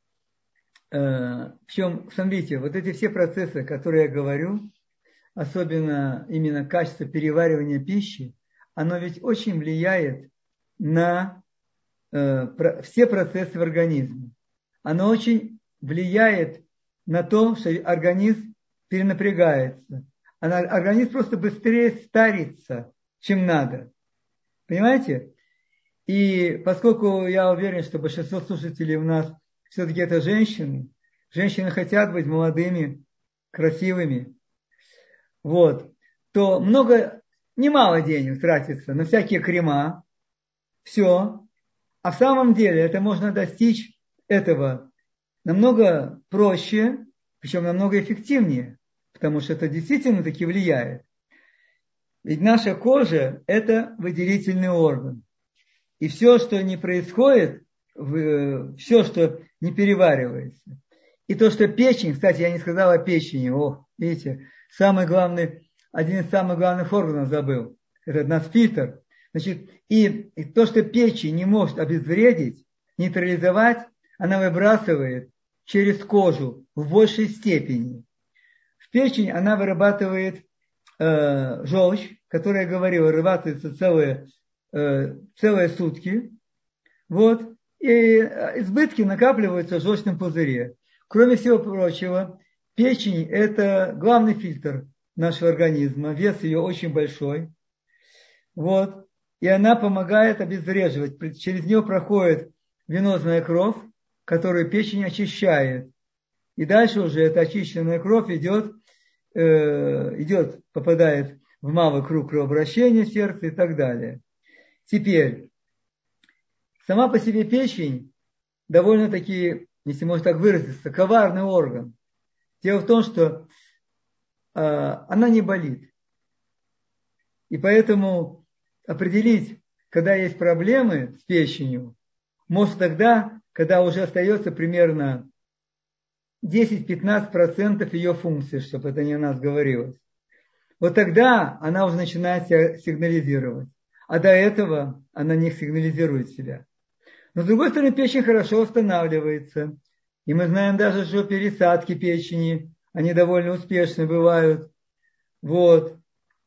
э, в чем, смотрите, вот эти все процессы, которые я говорю, особенно именно качество переваривания пищи, оно ведь очень влияет на э, про, все процессы в организме. Оно очень влияет на то, что организм перенапрягается. Она, организм просто быстрее старится, чем надо. Понимаете? И поскольку я уверен, что большинство слушателей у нас все-таки это женщины, женщины хотят быть молодыми, красивыми, вот, то много, немало денег тратится на всякие крема, все. А в самом деле это можно достичь этого намного проще, причем намного эффективнее, потому что это действительно таки влияет. Ведь наша кожа – это выделительный орган. И все, что не происходит, все, что не переваривается. И то, что печень, кстати, я не сказал о печени, о, видите, самый главный, один из самых главных органов забыл, это наш фильтр. Значит, и, и то, что печень не может обезвредить, нейтрализовать, она выбрасывает через кожу в большей степени. В печень она вырабатывает э, желчь, которая, я говорил, вырабатывается целые целые сутки, вот, и избытки накапливаются в желчном пузыре. Кроме всего прочего, печень – это главный фильтр нашего организма, вес ее очень большой, вот, и она помогает обезвреживать. Через нее проходит венозная кровь, которую печень очищает, и дальше уже эта очищенная кровь идет, э, идет попадает в малый круг кровообращения сердца и так далее. Теперь, сама по себе печень довольно-таки, если можно так выразиться, коварный орган. Дело в том, что э, она не болит. И поэтому определить, когда есть проблемы с печенью, может тогда, когда уже остается примерно десять-пятнадцать процентов ее функции, чтобы это не о нас говорилось. Вот тогда она уже начинает себя сигнализировать. А до этого она не сигнализирует себя. Но с другой стороны, печень хорошо восстанавливается. И мы знаем даже, что пересадки печени, они довольно успешны бывают. Вот.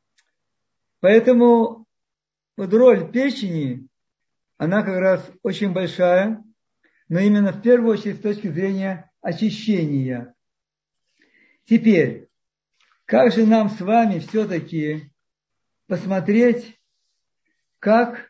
Поэтому вот роль печени, она как раз очень большая, но именно в первую очередь с точки зрения очищения. Теперь, как же нам с вами все-таки посмотреть, Как,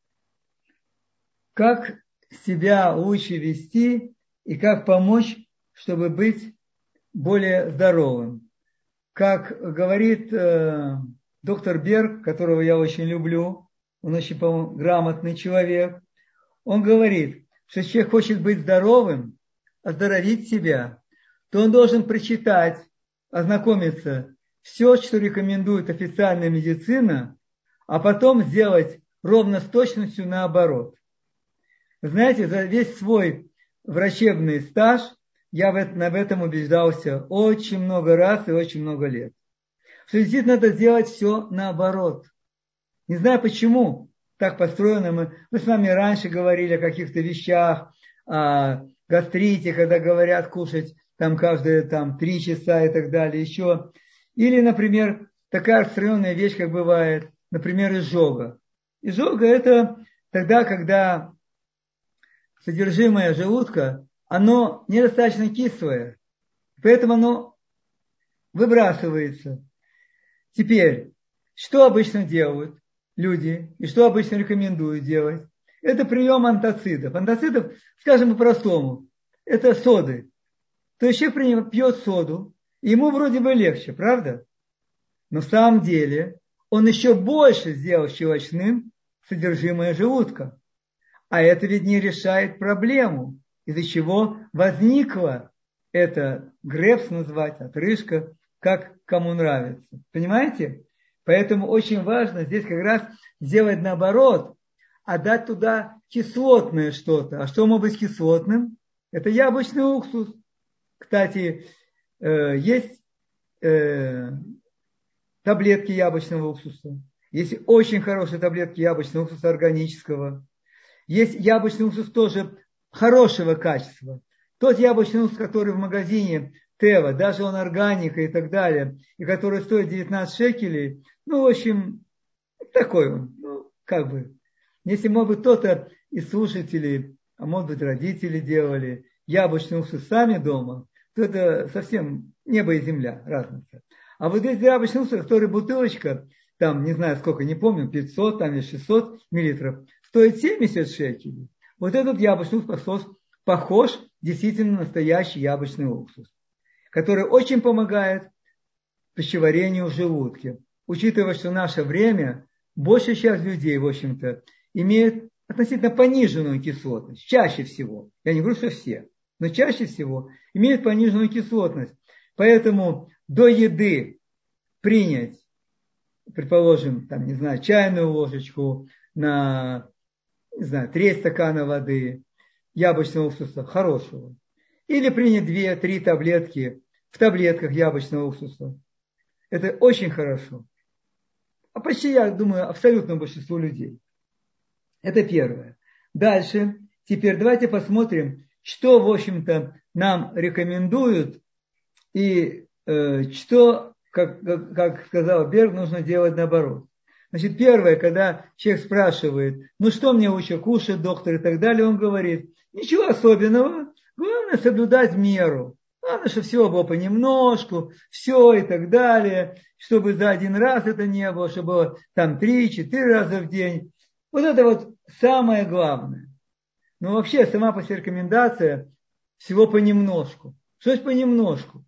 как себя лучше вести и как помочь, чтобы быть более здоровым. Как говорит э, доктор Берг, которого я очень люблю, он очень, по-моему, грамотный человек, он говорит, что если человек хочет быть здоровым, оздоровить себя, то он должен прочитать, ознакомиться все, что рекомендует официальная медицина, а потом сделать ровно с точностью наоборот. Вы знаете, за весь свой врачебный стаж я в этом убеждался очень много раз и очень много лет. Что действительно надо сделать все наоборот. Не знаю почему так построено. Мы, мы с вами раньше говорили о каких-то вещах, о гастрите, когда говорят кушать там каждые там, три часа и так далее, еще. Или, например, такая распространенная вещь, как бывает, например, изжога. Изжога – это тогда, когда содержимое желудка, оно недостаточно кислое, поэтому оно выбрасывается. Теперь, что обычно делают люди и что обычно рекомендуют делать? Это прием антацидов. Антацидов, скажем по-простому, это соды. То есть человек пьет соду, и ему вроде бы легче, правда? Но в самом деле он еще больше сделал щелочным содержимое желудка. А это ведь не решает проблему, из-за чего возникла эта гребс назвать, отрыжка, как кому нравится. Понимаете? Поэтому очень важно здесь как раз сделать наоборот, а дать туда кислотное что-то. А что может быть кислотным? Это яблочный уксус. Кстати, есть таблетки яблочного уксуса. Есть очень хорошие таблетки яблочного уксуса органического. Есть яблочный уксус тоже хорошего качества. Тот яблочный уксус, который в магазине Тева, даже он органика и так далее, и который стоит девятнадцать шекелей, ну, в общем, такой он, ну, как бы. Если, может быть, кто-то из слушателей, а может быть, родители делали яблочный уксус сами дома, то это совсем небо и земля, разница. А вот здесь яблочный уксус, который бутылочка, там, не знаю сколько, не помню, пятьсот там, или шестьсот миллилитров, стоит семьдесят шекелей. Вот этот яблочный уксус похож действительно на настоящий яблочный уксус, который очень помогает пищеварению в желудке. Учитывая, что в наше время большая часть людей, в общем-то, имеет относительно пониженную кислотность. Чаще всего. Я не говорю, что все, но чаще всего имеют пониженную кислотность. Поэтому до еды принять, предположим, там, не знаю, чайную ложечку на, не знаю, треть стакана воды яблочного уксуса хорошего. Или принять две-три таблетки в таблетках яблочного уксуса. Это очень хорошо. А почти, я думаю, абсолютно большинство людей. Это первое. Дальше. Теперь давайте посмотрим, что, в общем-то, нам рекомендуют и э, что, как, как, как сказал Берг, нужно делать наоборот. Значит, первое, когда человек спрашивает, ну что мне лучше кушать, доктор, и так далее, он говорит, ничего особенного, главное соблюдать меру. Главное, чтобы всего было понемножку, все и так далее, чтобы за один раз это не было, чтобы было там три-четыре раза в день. Вот это вот самое главное. Но вообще сама по себе рекомендация всего понемножку. Что есть понемножку?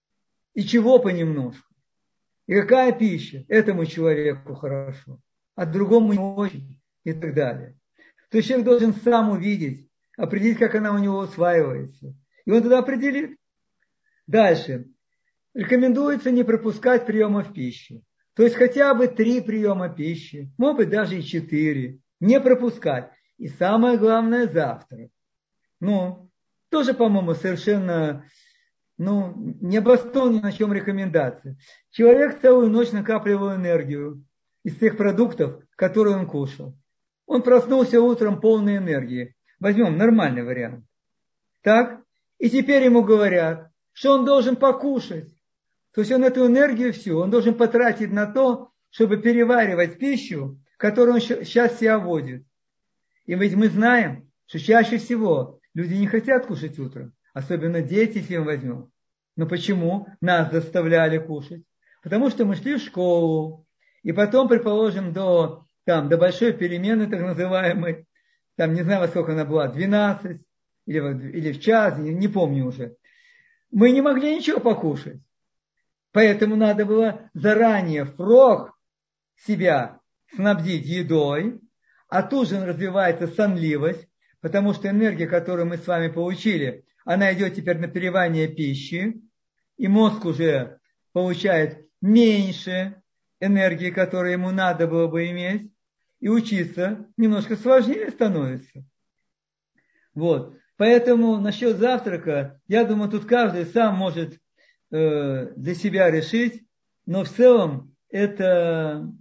И чего понемножку? И какая пища этому человеку хорошо, а другому не очень и так далее. То есть человек должен сам увидеть, определить, как она у него усваивается. И он тогда определит. Дальше. Рекомендуется не пропускать приемов пищи. То есть хотя бы три приема пищи, может быть даже и четыре. Не пропускать. И самое главное завтрак. Ну, тоже, по-моему, совершенно ну, не обоснован ни на чем рекомендация. Человек целую ночь накапливал энергию из тех продуктов, которые он кушал. Он проснулся утром полной энергии. Возьмем нормальный вариант. Так? И теперь ему говорят, что он должен покушать. То есть он эту энергию всю, он должен потратить на то, чтобы переваривать пищу, которую он сейчас себя вводит. И ведь мы знаем, что чаще всего люди не хотят кушать утром. Особенно дети, если мы возьмем. Но почему нас заставляли кушать? Потому что мы шли в школу. И потом, предположим, до, там, до большой перемены, так называемой, там не знаю, во сколько она была, двенадцать или, или в час, не, не помню уже. Мы не могли ничего покушать. Поэтому надо было заранее впрок себя снабдить едой, а тут же развивается сонливость, потому что энергия, которую мы с вами получили, она идет теперь на переваривание пищи, и мозг уже получает меньше энергии, которую ему надо было бы иметь, и учиться немножко сложнее становится. Вот. Поэтому насчет завтрака, я думаю, тут каждый сам может э, для себя решить, но в целом это,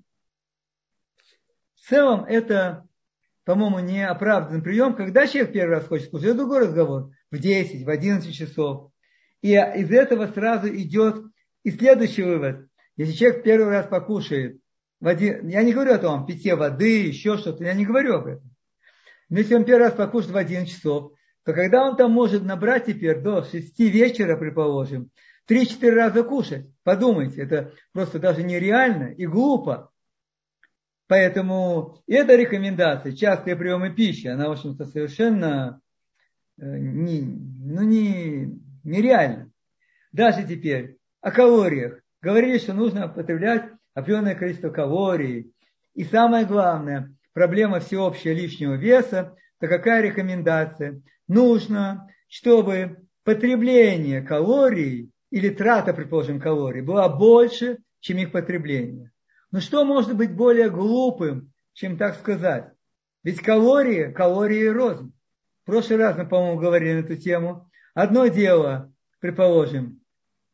в целом это, по-моему, не оправданный прием. Когда человек первый раз хочет кушать, это другой разговор. В десять, в одиннадцать часов. И из этого сразу идет и следующий вывод. Если человек первый раз покушает, в один, я не говорю о том, питье воды, еще что-то, я не говорю об этом. Но если он первый раз покушает в одиннадцать часов, то когда он там может набрать теперь до шести вечера, предположим, три-четыре раза кушать, подумайте, это просто даже нереально и глупо. Поэтому эта рекомендация, частые приемы пищи, она, в общем-то, совершенно не, ну, не, нереальна. Даже теперь о калориях. Говорили, что нужно употреблять определенное количество калорий. И самое главное, проблема всеобщего лишнего веса, то какая рекомендация? Нужно, чтобы потребление калорий или трата, предположим, калорий была больше, чем их потребление. Но что может быть более глупым, чем так сказать? Ведь калории, калории рознь. В прошлый раз мы, по-моему, говорили на эту тему. Одно дело, предположим,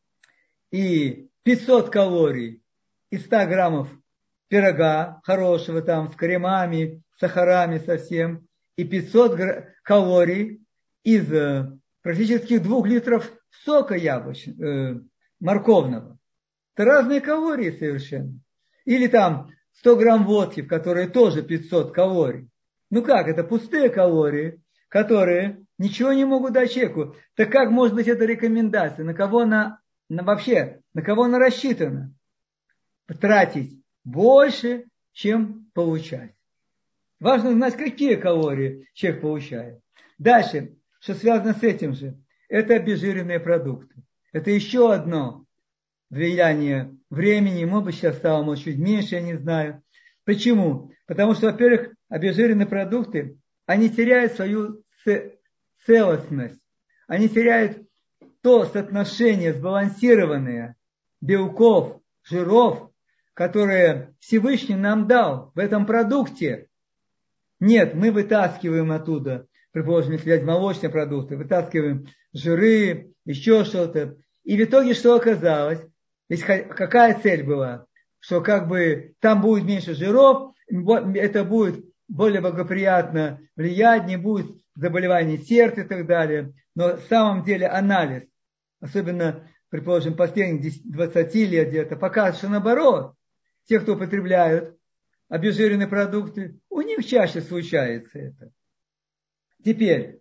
и пятьсот калорий и сто граммов пирога хорошего там с кремами, сахарами совсем, и пятьсот калорий из практически двух литров сока яблочного, э, морковного. Это разные калории совершенно. Или там сто грамм водки, в которой тоже пятьсот калорий. Ну как, это пустые калории, которые ничего не могут дать человеку. Так как может быть эта рекомендация? На кого она, на, вообще, на кого она рассчитана? Тратить больше, чем получать. Важно знать, какие калории человек получает. Дальше, что связано с этим же, это обезжиренные продукты. Это еще одно влияние времени. Может быть, сейчас стало, может, чуть меньше, я не знаю. Почему? Потому что, во-первых, обезжиренные продукты, они теряют свою целостность. Они теряют то соотношение сбалансированное белков, жиров, которые Всевышний нам дал в этом продукте. Нет, мы вытаскиваем оттуда, предположим, если взять молочные продукты, вытаскиваем жиры, еще что-то. И в итоге что оказалось? Ведь какая цель была? Что как бы там будет меньше жиров, это будет более благоприятно влиять, не будет заболеваний сердца и так далее. Но на самом деле анализ, особенно, предположим, последних двадцать лет где-то, показывает, что наоборот, те, кто употребляют обезжиренные продукты, у них чаще случается это. Теперь,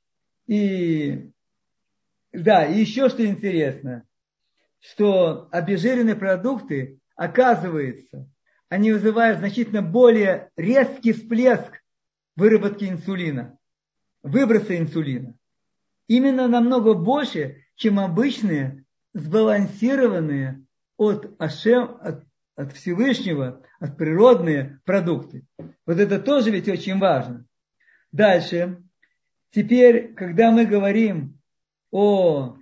и да, и еще что интересно, что обезжиренные продукты, оказывается, они вызывают значительно более резкий всплеск выработки инсулина, выброса инсулина. Именно намного больше, чем обычные сбалансированные от Ашем, от, от Всевышнего, от природные продукты. Вот это тоже ведь очень важно. Дальше. Теперь, когда мы говорим о...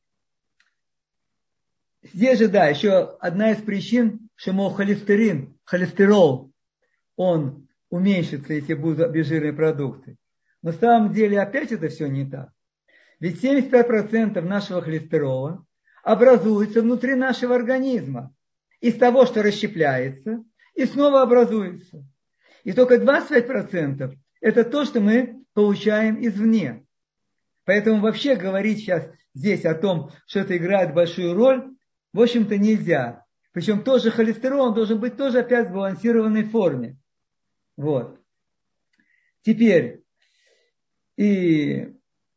Здесь же, да, еще одна из причин, что, мол, холестерин, холестерол, он уменьшится, если будут обезжиренные продукты. На самом деле, опять это все не так. Ведь семьдесят пять процентов нашего холестерола образуется внутри нашего организма. Из того, что расщепляется, и снова образуется. И только двадцать пять процентов это то, что мы получаем извне. Поэтому вообще говорить сейчас здесь о том, что это играет большую роль, в общем-то нельзя. Причем тоже холестерол, он должен быть тоже опять в сбалансированной форме. Вот. Теперь, и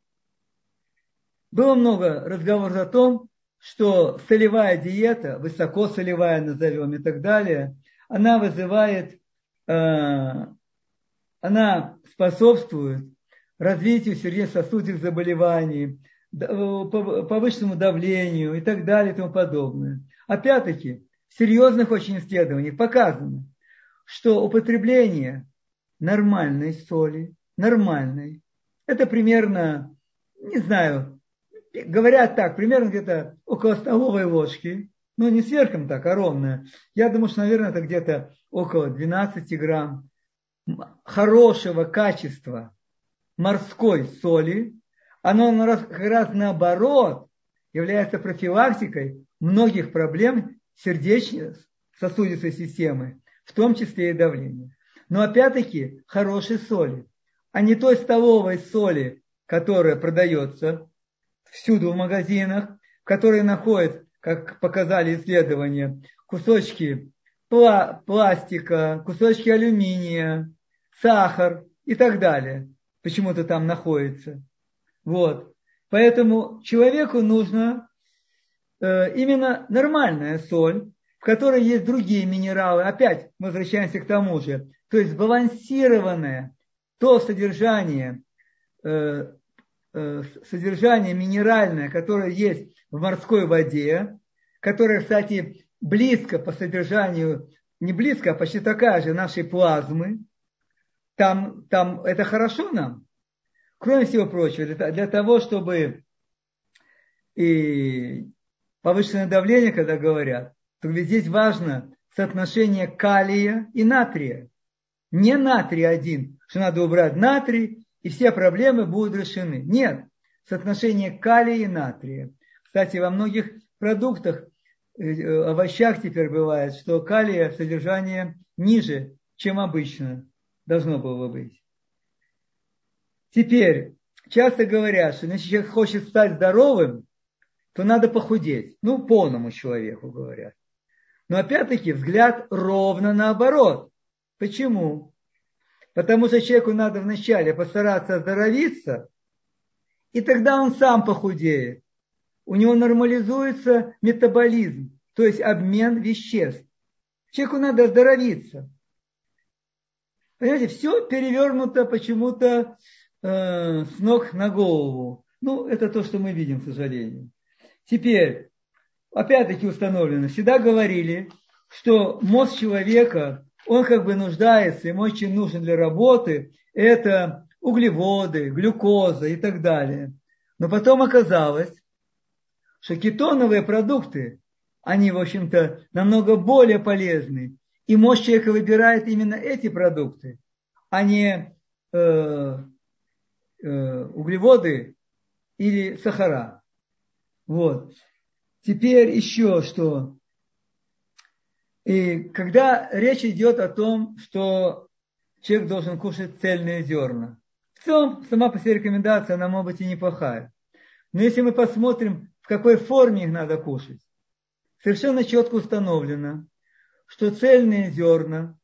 было много разговоров о том, что солевая диета, высокосолевая назовем и так далее, она вызывает, э, она способствует развитию сердечно-сосудистых заболеваний, повышенному давлению и так далее и тому подобное. Опять-таки, в серьезных очень исследованиях показано, что употребление нормальной соли, нормальной, это примерно, не знаю, говорят так, примерно где-то около столовой ложки, ну не сверхом так, а ровно. Я думаю, что, наверное, это где-то около двенадцать грамм хорошего качества морской соли. Оно как раз наоборот является профилактикой многих проблем сердечно-сосудистой системы, в том числе и давления. Но опять-таки хорошей соли, а не той столовой соли, которая продается всюду в магазинах, в которой находят, как показали исследования, кусочки пла- пластика, кусочки алюминия, сахар и так далее. Почему-то там находится. Вот. Поэтому человеку нужно э, именно нормальная соль, в которой есть другие минералы. Опять мы возвращаемся к тому же. То есть сбалансированное то содержание, э, э, содержание минеральное, которое есть в морской воде, которое, кстати, близко по содержанию, не близко, а почти такая же нашей плазмы. Там, там это хорошо нам. Кроме всего прочего, для, для того, чтобы и повышенное давление, когда говорят, то ведь здесь важно соотношение калия и натрия. Не натрий один, что надо убрать натрий, и все проблемы будут решены. Нет, соотношение калия и натрия. Кстати, во многих продуктах, овощах теперь бывает, что калия содержание ниже, чем обычно должно было быть. Теперь, часто говорят, что если человек хочет стать здоровым, то надо похудеть. Ну, полному человеку говорят. Но опять-таки взгляд ровно наоборот. Почему? Потому что человеку надо вначале постараться оздоровиться, и тогда он сам похудеет. У него нормализуется метаболизм, то есть обмен веществ. Человеку надо оздоровиться. Понимаете, все перевернуто почему-то э, с ног на голову. Ну, это то, что мы видим, к сожалению. Теперь, опять-таки установлено, всегда говорили, что мозг человека, он как бы нуждается, ему очень нужен для работы, это углеводы, глюкоза и так далее. Но потом оказалось, что кетоновые продукты, они, в общем-то, намного более полезны. И мозг человека выбирает именно эти продукты, а не э, э, углеводы или сахара. Вот. Теперь еще что. И когда речь идет о том, что человек должен кушать цельные зерна. В целом, сама по себе рекомендация, она может быть и неплохая. Но если мы посмотрим, в какой форме их надо кушать, совершенно четко установлено, что цельные зерна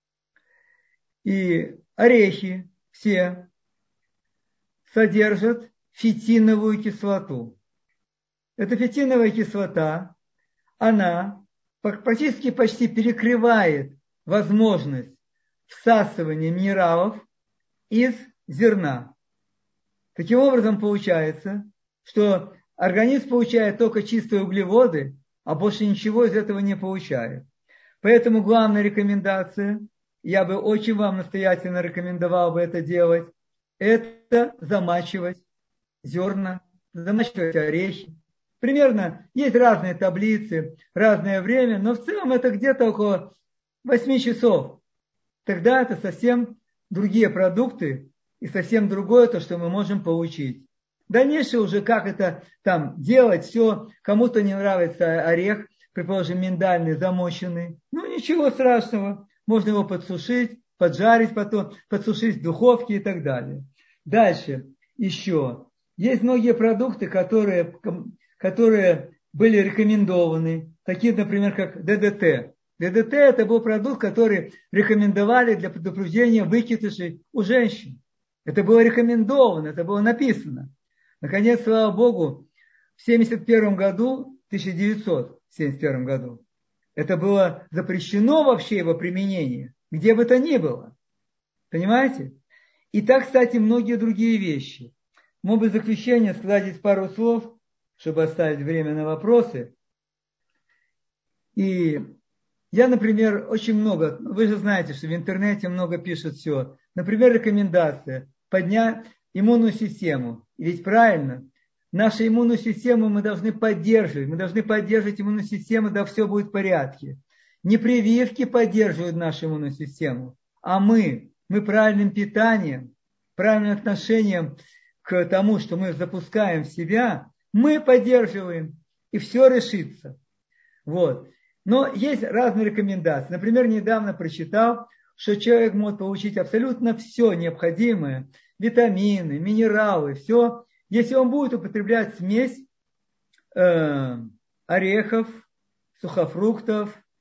и орехи все содержат фитиновую кислоту. Эта фитиновая кислота, она практически почти перекрывает возможность всасывания минералов из зерна. Таким образом, получается, что организм получает только чистые углеводы, а больше ничего из этого не получает. Поэтому главная рекомендация, я бы очень вам настоятельно рекомендовал бы это делать, это замачивать зерна, замачивать орехи. Примерно есть разные таблицы, разное время, но в целом это где-то около восьми часов. Тогда это совсем другие продукты и совсем другое то, что мы можем получить. Дальнейшее уже как это там делать, все, кому-то не нравится орех, предположим, миндальный, замоченный. Ну ничего страшного, можно его подсушить, поджарить потом, подсушить в духовке и так далее. Дальше еще. Есть многие продукты, которые, которые были рекомендованы, такие, например, как ДДТ. ДДТ – это был продукт, который рекомендовали для предупреждения выкидышей у женщин. Это было рекомендовано, это было написано. Наконец, слава Богу, в семьдесят первом году, тысяча девятьсот семьдесят первом году, это было запрещено вообще его применение, где бы то ни было. Понимаете? И так, кстати, многие другие вещи. Может быть, в заключение сказать здесь пару слов, чтобы оставить время на вопросы. И я, например, очень много, вы же знаете, что в интернете много пишут все. Например, рекомендация поднять иммунную систему. Ведь правильно, нашу иммунную систему мы должны поддерживать. Мы должны поддерживать иммунную систему, да все будет в порядке. Не прививки поддерживают нашу иммунную систему, а мы. Мы правильным питанием, правильным отношением к тому, что мы запускаем в себя, мы поддерживаем, и все решится. Вот. Но есть разные рекомендации. Например, недавно прочитал, что человек может получить абсолютно все необходимое, витамины, минералы, все, если он будет употреблять смесь э, орехов, сухофруктов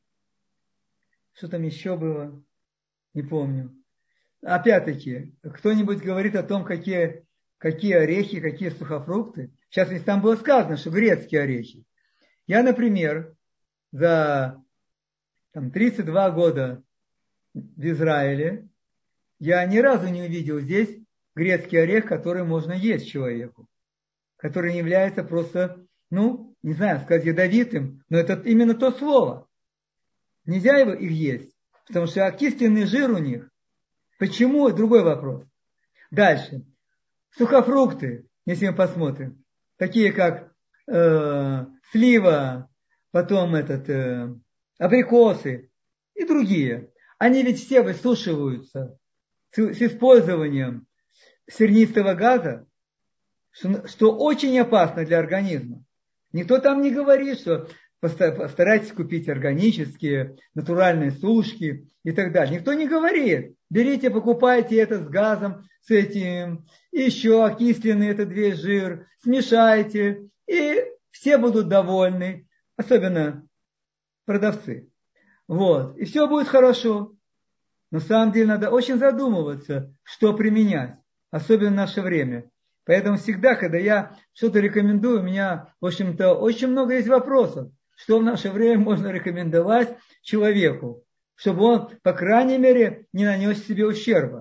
Что там еще было? Не помню. Опять-таки, кто-нибудь говорит о том, какие, какие орехи, какие сухофрукты? Сейчас ведь там было сказано, что грецкие орехи. Я, например, за там, тридцать два года в Израиле я ни разу не увидел здесь грецкий орех, который можно есть человеку, который не является просто, ну, не знаю, сказать ядовитым, но это именно то слово. Нельзя его их есть, потому что окисленный жир у них. Почему? Другой вопрос. Дальше. Сухофрукты, если мы посмотрим, такие как э, слива, потом этот, э, абрикосы и другие, они ведь все высушиваются с, с использованием сернистого газа, что, что очень опасно для организма. Никто там не говорит, что постарайтесь купить органические, натуральные сушки и так далее. Никто не говорит. Берите, покупайте это с газом, с этим, еще окисленный этот весь жир, смешайте, и все будут довольны, особенно продавцы. Вот, и все будет хорошо. На самом деле надо очень задумываться, что применять, особенно в наше время. Поэтому всегда, когда я что-то рекомендую, у меня, в общем-то, очень много есть вопросов, что в наше время можно рекомендовать человеку, чтобы он, по крайней мере, не нанес себе ущерба.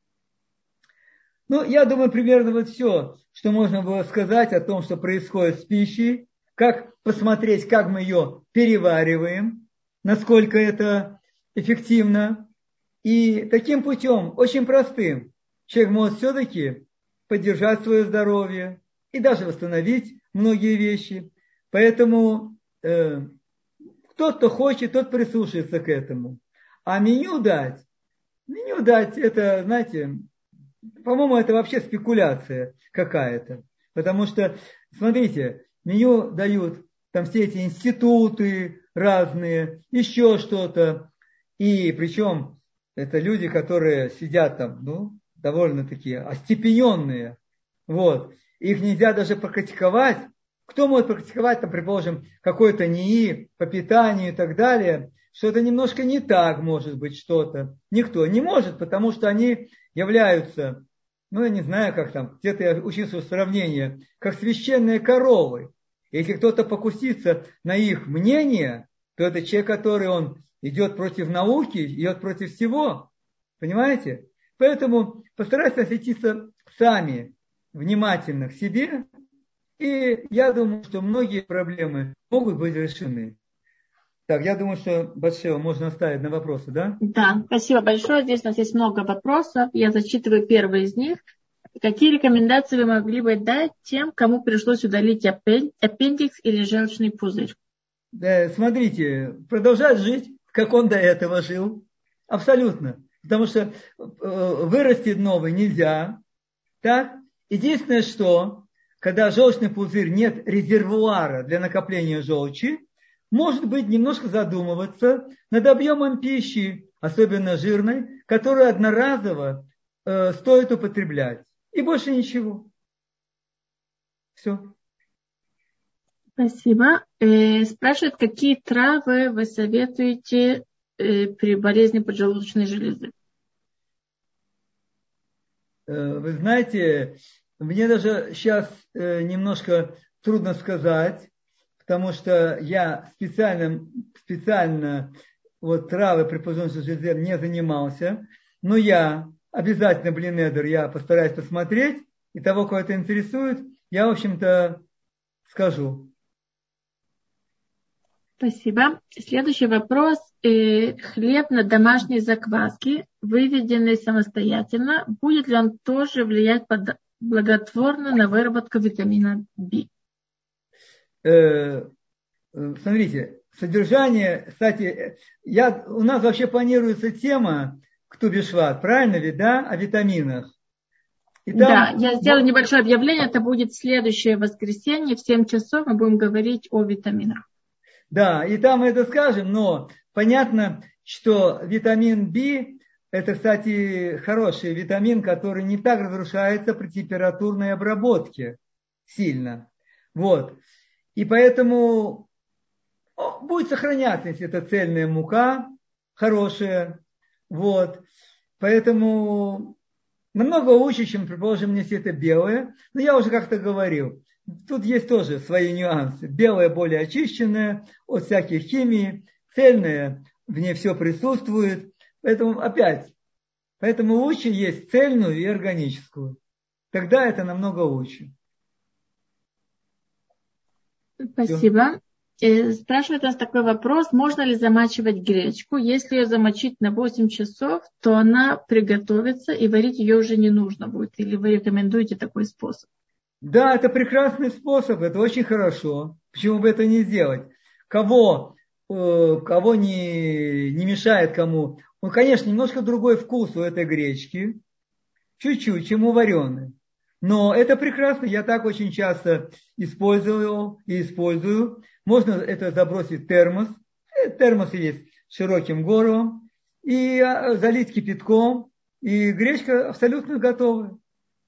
Ну, я думаю, примерно вот все, что можно было сказать о том, что происходит с пищей, как посмотреть, как мы ее перевариваем, насколько это эффективно. И таким путем, очень простым, человек может все-таки поддержать свое здоровье и даже восстановить многие вещи. Поэтому э, тот, кто хочет, тот прислушается к этому. А меню дать, меню дать, это, знаете, по-моему, это вообще спекуляция какая-то. Потому что, смотрите, меню дают там все эти институты разные, еще что-то. И причем это люди, которые сидят там, ну, довольно такие остепененные. Вот. Их нельзя даже практиковать. Кто может практиковать, там, предположим, какой-то НИИ по питанию и так далее, что это немножко не так может быть что-то. Никто не может, потому что они являются, ну, я не знаю, как там, где-то я учился в сравнении, как священные коровы. Если кто-то покусится на их мнение, то это человек, который он идет против науки, идет против всего. Понимаете? Поэтому постарайтесь относиться сами внимательно к себе, и я думаю, что многие проблемы могут быть решены. Так, я думаю, что Батшева можно оставить на вопросы, да? Да, спасибо большое. Здесь у нас есть много вопросов. Я зачитываю первый из них. Какие рекомендации вы могли бы дать тем, кому пришлось удалить аппендикс или желчный пузырь? Да, смотрите, продолжать жить, как он до этого жил. Абсолютно. Потому что вырастить новый нельзя. Так? Единственное, что, когда желчный пузырь нет резервуара для накопления желчи, может быть, немножко задумываться над объемом пищи, особенно жирной, которую одноразово э, стоит употреблять. И больше ничего. Все. Спасибо. Э, спрашивают, какие травы вы советуете э, при болезни поджелудочной железы? Э, вы знаете, мне даже сейчас э, немножко трудно сказать, потому что я специально, специально вот травы при поджелудочной железе не занимался, но я обязательно блинедер я постараюсь посмотреть, и того, кого это интересует, я, в общем-то, скажу. Спасибо. Следующий вопрос. Э, хлеб на домашней закваске, выведенный самостоятельно, будет ли он тоже влиять под... благотворно на выработку витамина В? Э, смотрите, содержание, кстати, я, у нас вообще планируется тема к Ту-Бишват, правильно ведь, да, о витаминах? И да, там... я сделаю небольшое объявление, это будет следующее воскресенье в семь часов, мы будем говорить о витаминах. Да, и там мы это скажем, но понятно, что витамин В, это, кстати, хороший витамин, который не так разрушается при температурной обработке сильно. Вот. И поэтому будет сохраняться, если это цельная мука, хорошее. Вот. Поэтому намного лучше, чем, предположим, если это белое. Но я уже как-то говорил, тут есть тоже свои нюансы. Белое более очищенное от всяких химий, цельное, в ней все присутствует. Поэтому опять, поэтому лучше есть цельную и органическую. Тогда это намного лучше. Спасибо. Все. Спрашивает нас такой вопрос, можно ли замачивать гречку? Если ее замочить на восемь часов, то она приготовится и варить ее уже не нужно будет. Или вы рекомендуете такой способ? Да, это прекрасный способ, это очень хорошо. Почему бы это не сделать? Кого, э, кого не, не мешает кому? Ну, конечно, немножко другой вкус у этой гречки, чуть-чуть, чем у вареной. Но это прекрасно, я так очень часто использую и использую. Можно это забросить в термос. Термос есть с широким горлом. И залить кипятком. И гречка абсолютно готова.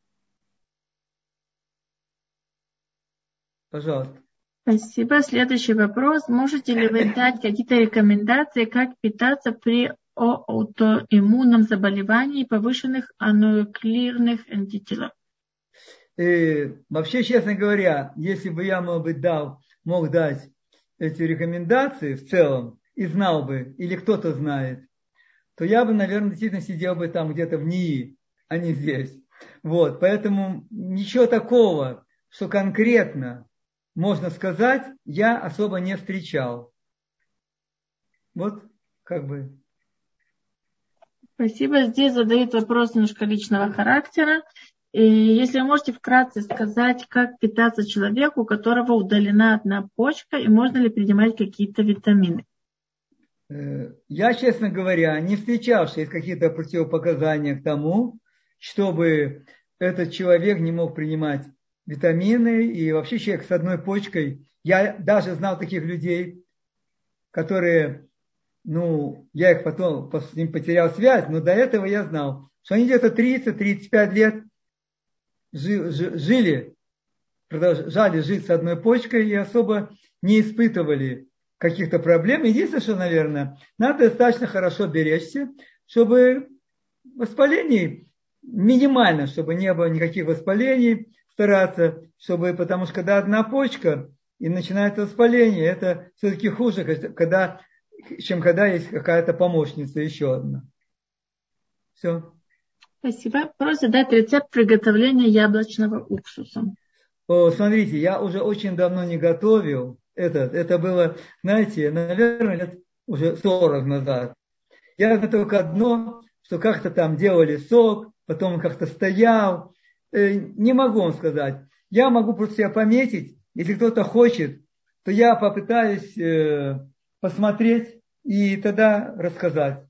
Пожалуйста. Спасибо. Следующий вопрос. Можете ли вы дать какие-то рекомендации, как питаться при аутоиммунном заболевании повышенных ануклеирных антителах? И вообще, честно говоря, если бы я, может быть, дал, мог дать эти рекомендации в целом и знал бы, или кто-то знает, то я бы, наверное, действительно сидел бы там где-то в НИИ, а не здесь. Вот, поэтому ничего такого, что конкретно можно сказать, я особо не встречал. Вот, как бы. Спасибо. Здесь задают вопрос немножко личного характера. И если вы можете вкратце сказать, как питаться человеку, у которого удалена одна почка, и можно ли принимать какие-то витамины? Я, честно говоря, не встречал, что есть какие-то противопоказания к тому, чтобы этот человек не мог принимать витамины, и вообще человек с одной почкой. Я даже знал таких людей, которые, ну, я их потом с ним потерял связь, но до этого я знал, что они где-то тридцать-тридцать пять лет жили, продолжали жить с одной почкой и особо не испытывали каких-то проблем. Единственное, что, наверное, надо достаточно хорошо беречься, чтобы воспалений минимально, чтобы не было никаких воспалений, стараться, чтобы, потому что когда одна почка и начинается воспаление, это все-таки хуже, когда, чем когда есть какая-то помощница еще одна. Все. Спасибо. Просят дать рецепт приготовления яблочного уксуса. О, смотрите, я уже очень давно не готовил. Это, это было, знаете, наверное, лет уже сорок назад. Я знаю только одно, что как-то там делали сок, потом он как-то стоял. Не могу вам сказать. Я могу просто себя пометить. Если кто-то хочет, то я попытаюсь посмотреть и тогда рассказать.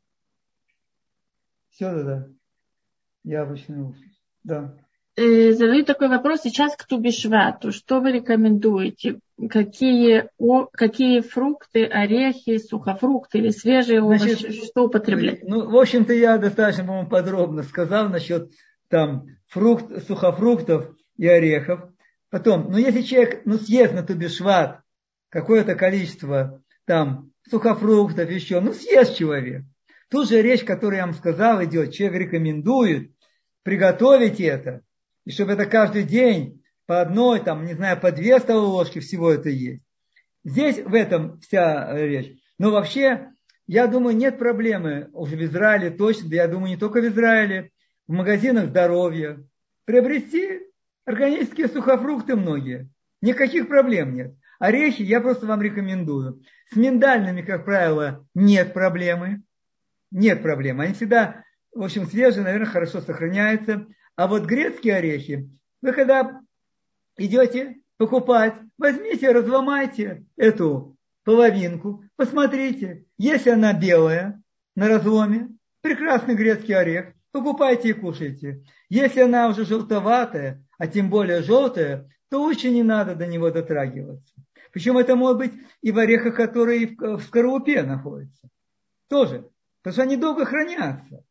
Все, да-да. Яблочный уксус. Да. Задаю такой вопрос сейчас к Ту-би-Швату. Что вы рекомендуете? Какие, о, какие фрукты, орехи, сухофрукты или свежие овощи, Значит, что употреблять? Ну, в общем-то, я достаточно, по-моему, подробно сказал насчет там фрукт, сухофруктов и орехов. Потом, ну, если человек ну, съест на Ту-би-Шват какое-то количество там сухофруктов еще, ну, съест человек. Тут же речь, которую я вам сказал, идет. Человек рекомендует приготовить это. И чтобы это каждый день по одной, там, не знаю, по две столовые ложки всего это есть. Здесь в этом вся речь. Но вообще, я думаю, нет проблемы уже в Израиле точно, да я думаю, не только в Израиле, в магазинах здоровья приобрести органические сухофрукты многие. Никаких проблем нет. Орехи я просто вам рекомендую. С миндальными, как правило, нет проблемы. Нет проблем. Они всегда, в общем, свежие, наверное, хорошо сохраняются. А вот грецкие орехи, вы когда идете покупать, возьмите, разломайте эту половинку, посмотрите, если она белая на разломе, прекрасный грецкий орех, покупайте и кушайте. Если она уже желтоватая, а тем более желтая, то лучше не надо до него дотрагиваться. Причем это может быть и в орехах, которые в скорлупе находятся. Тоже. Потому что они долго хранятся.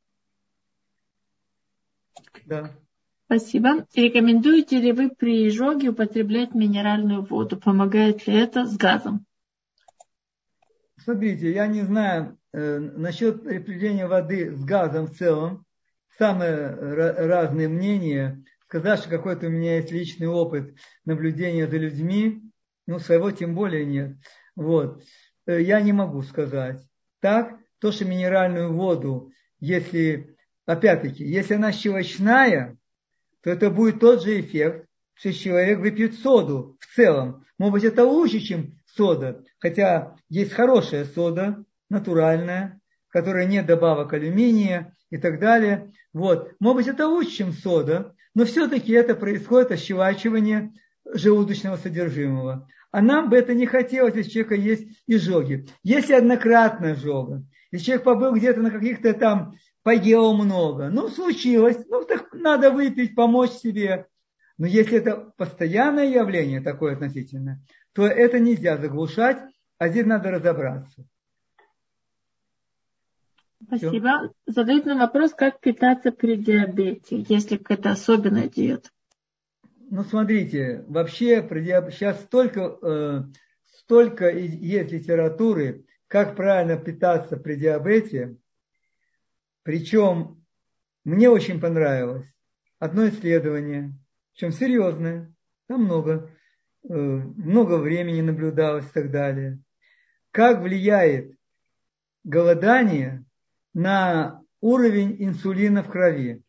Да. Спасибо. Рекомендуете ли вы при изжоге употреблять минеральную воду? Помогает ли это с газом? Смотрите, я не знаю, э, насчет переплетения воды с газом в целом, самые разные мнения. Сказать, что какой-то у меня есть личный опыт наблюдения за людьми, ну, своего тем более нет. Вот. Я не могу сказать. Так, то, что минеральную воду, если, опять-таки, если она щелочная, то это будет тот же эффект, что человек выпьет соду в целом. Может быть, это лучше, чем сода. Хотя есть хорошая сода, натуральная, в которой нет добавок алюминия и так далее. Вот. Может быть, это лучше, чем сода, но все-таки это происходит ощелачивание желудочного содержимого. А нам бы это не хотелось, если у человека есть изжоги. Если однократная изжога, если человек побыл где-то на каких-то там, поел много, ну, случилось, ну, так надо выпить, помочь себе. Но если это постоянное явление, такое относительное, то это нельзя заглушать, а здесь надо разобраться. Спасибо. Все. Задают нам вопрос, как питаться при диабете, если какая-то особенная диета. Ну, смотрите, вообще сейчас столько, э, столько есть литературы, как правильно питаться при диабете. Причем мне очень понравилось одно исследование, причем серьезное, там много, э, много времени наблюдалось и так далее. Как влияет голодание на уровень инсулина в крови.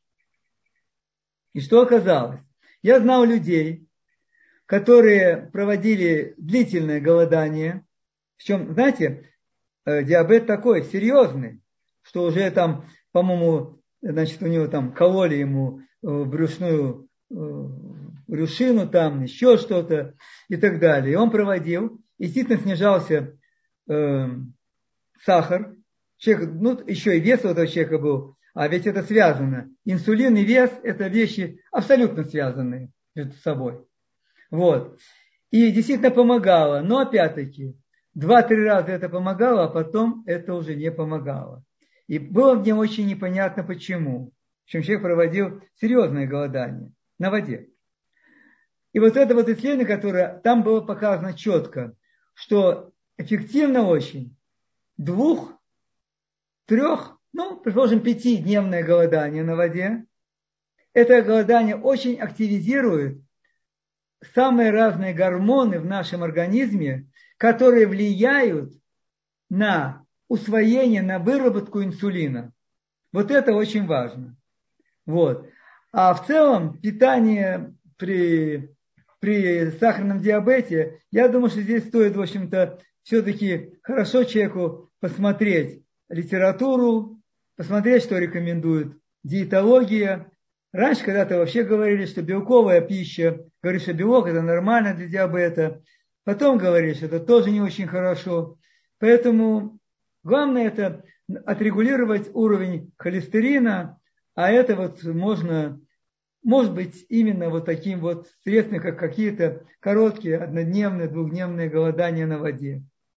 И что оказалось? Я знал людей, которые проводили длительное голодание. Причем, знаете, диабет такой серьезный, что уже там, по-моему, значит, у него там кололи ему брюшную брюшину, там еще что-то и так далее. И он проводил, и действительно снижался э, сахар. Человек, ну, еще и вес у этого человека был, а ведь это связано. Инсулин и вес – это вещи абсолютно связанные между собой. Вот. И действительно помогало. Но опять-таки, два-три раза это помогало, а потом это уже не помогало. И было мне очень непонятно, почему. Причем человек проводил серьезное голодание на воде. И вот это вот исследование, которое там было показано четко, что эффективно очень двух, трех, ну, предположим, пятидневное голодание на воде. Это голодание очень активизирует самые разные гормоны в нашем организме, которые влияют на усвоение, на выработку инсулина. Вот это очень важно. Вот. А в целом питание при, при сахарном диабете, я думаю, что здесь стоит, в общем-то, все-таки хорошо человеку посмотреть литературу, посмотреть, что рекомендует диетология. Раньше когда-то вообще говорили, что белковая пища, говорили, что белок это нормально для диабета. Потом говорили, что это тоже не очень хорошо. Поэтому главное это отрегулировать уровень холестерина, а это вот можно, может быть, именно вот таким вот средством, как какие-то короткие однодневные, двухдневные голодания на воде.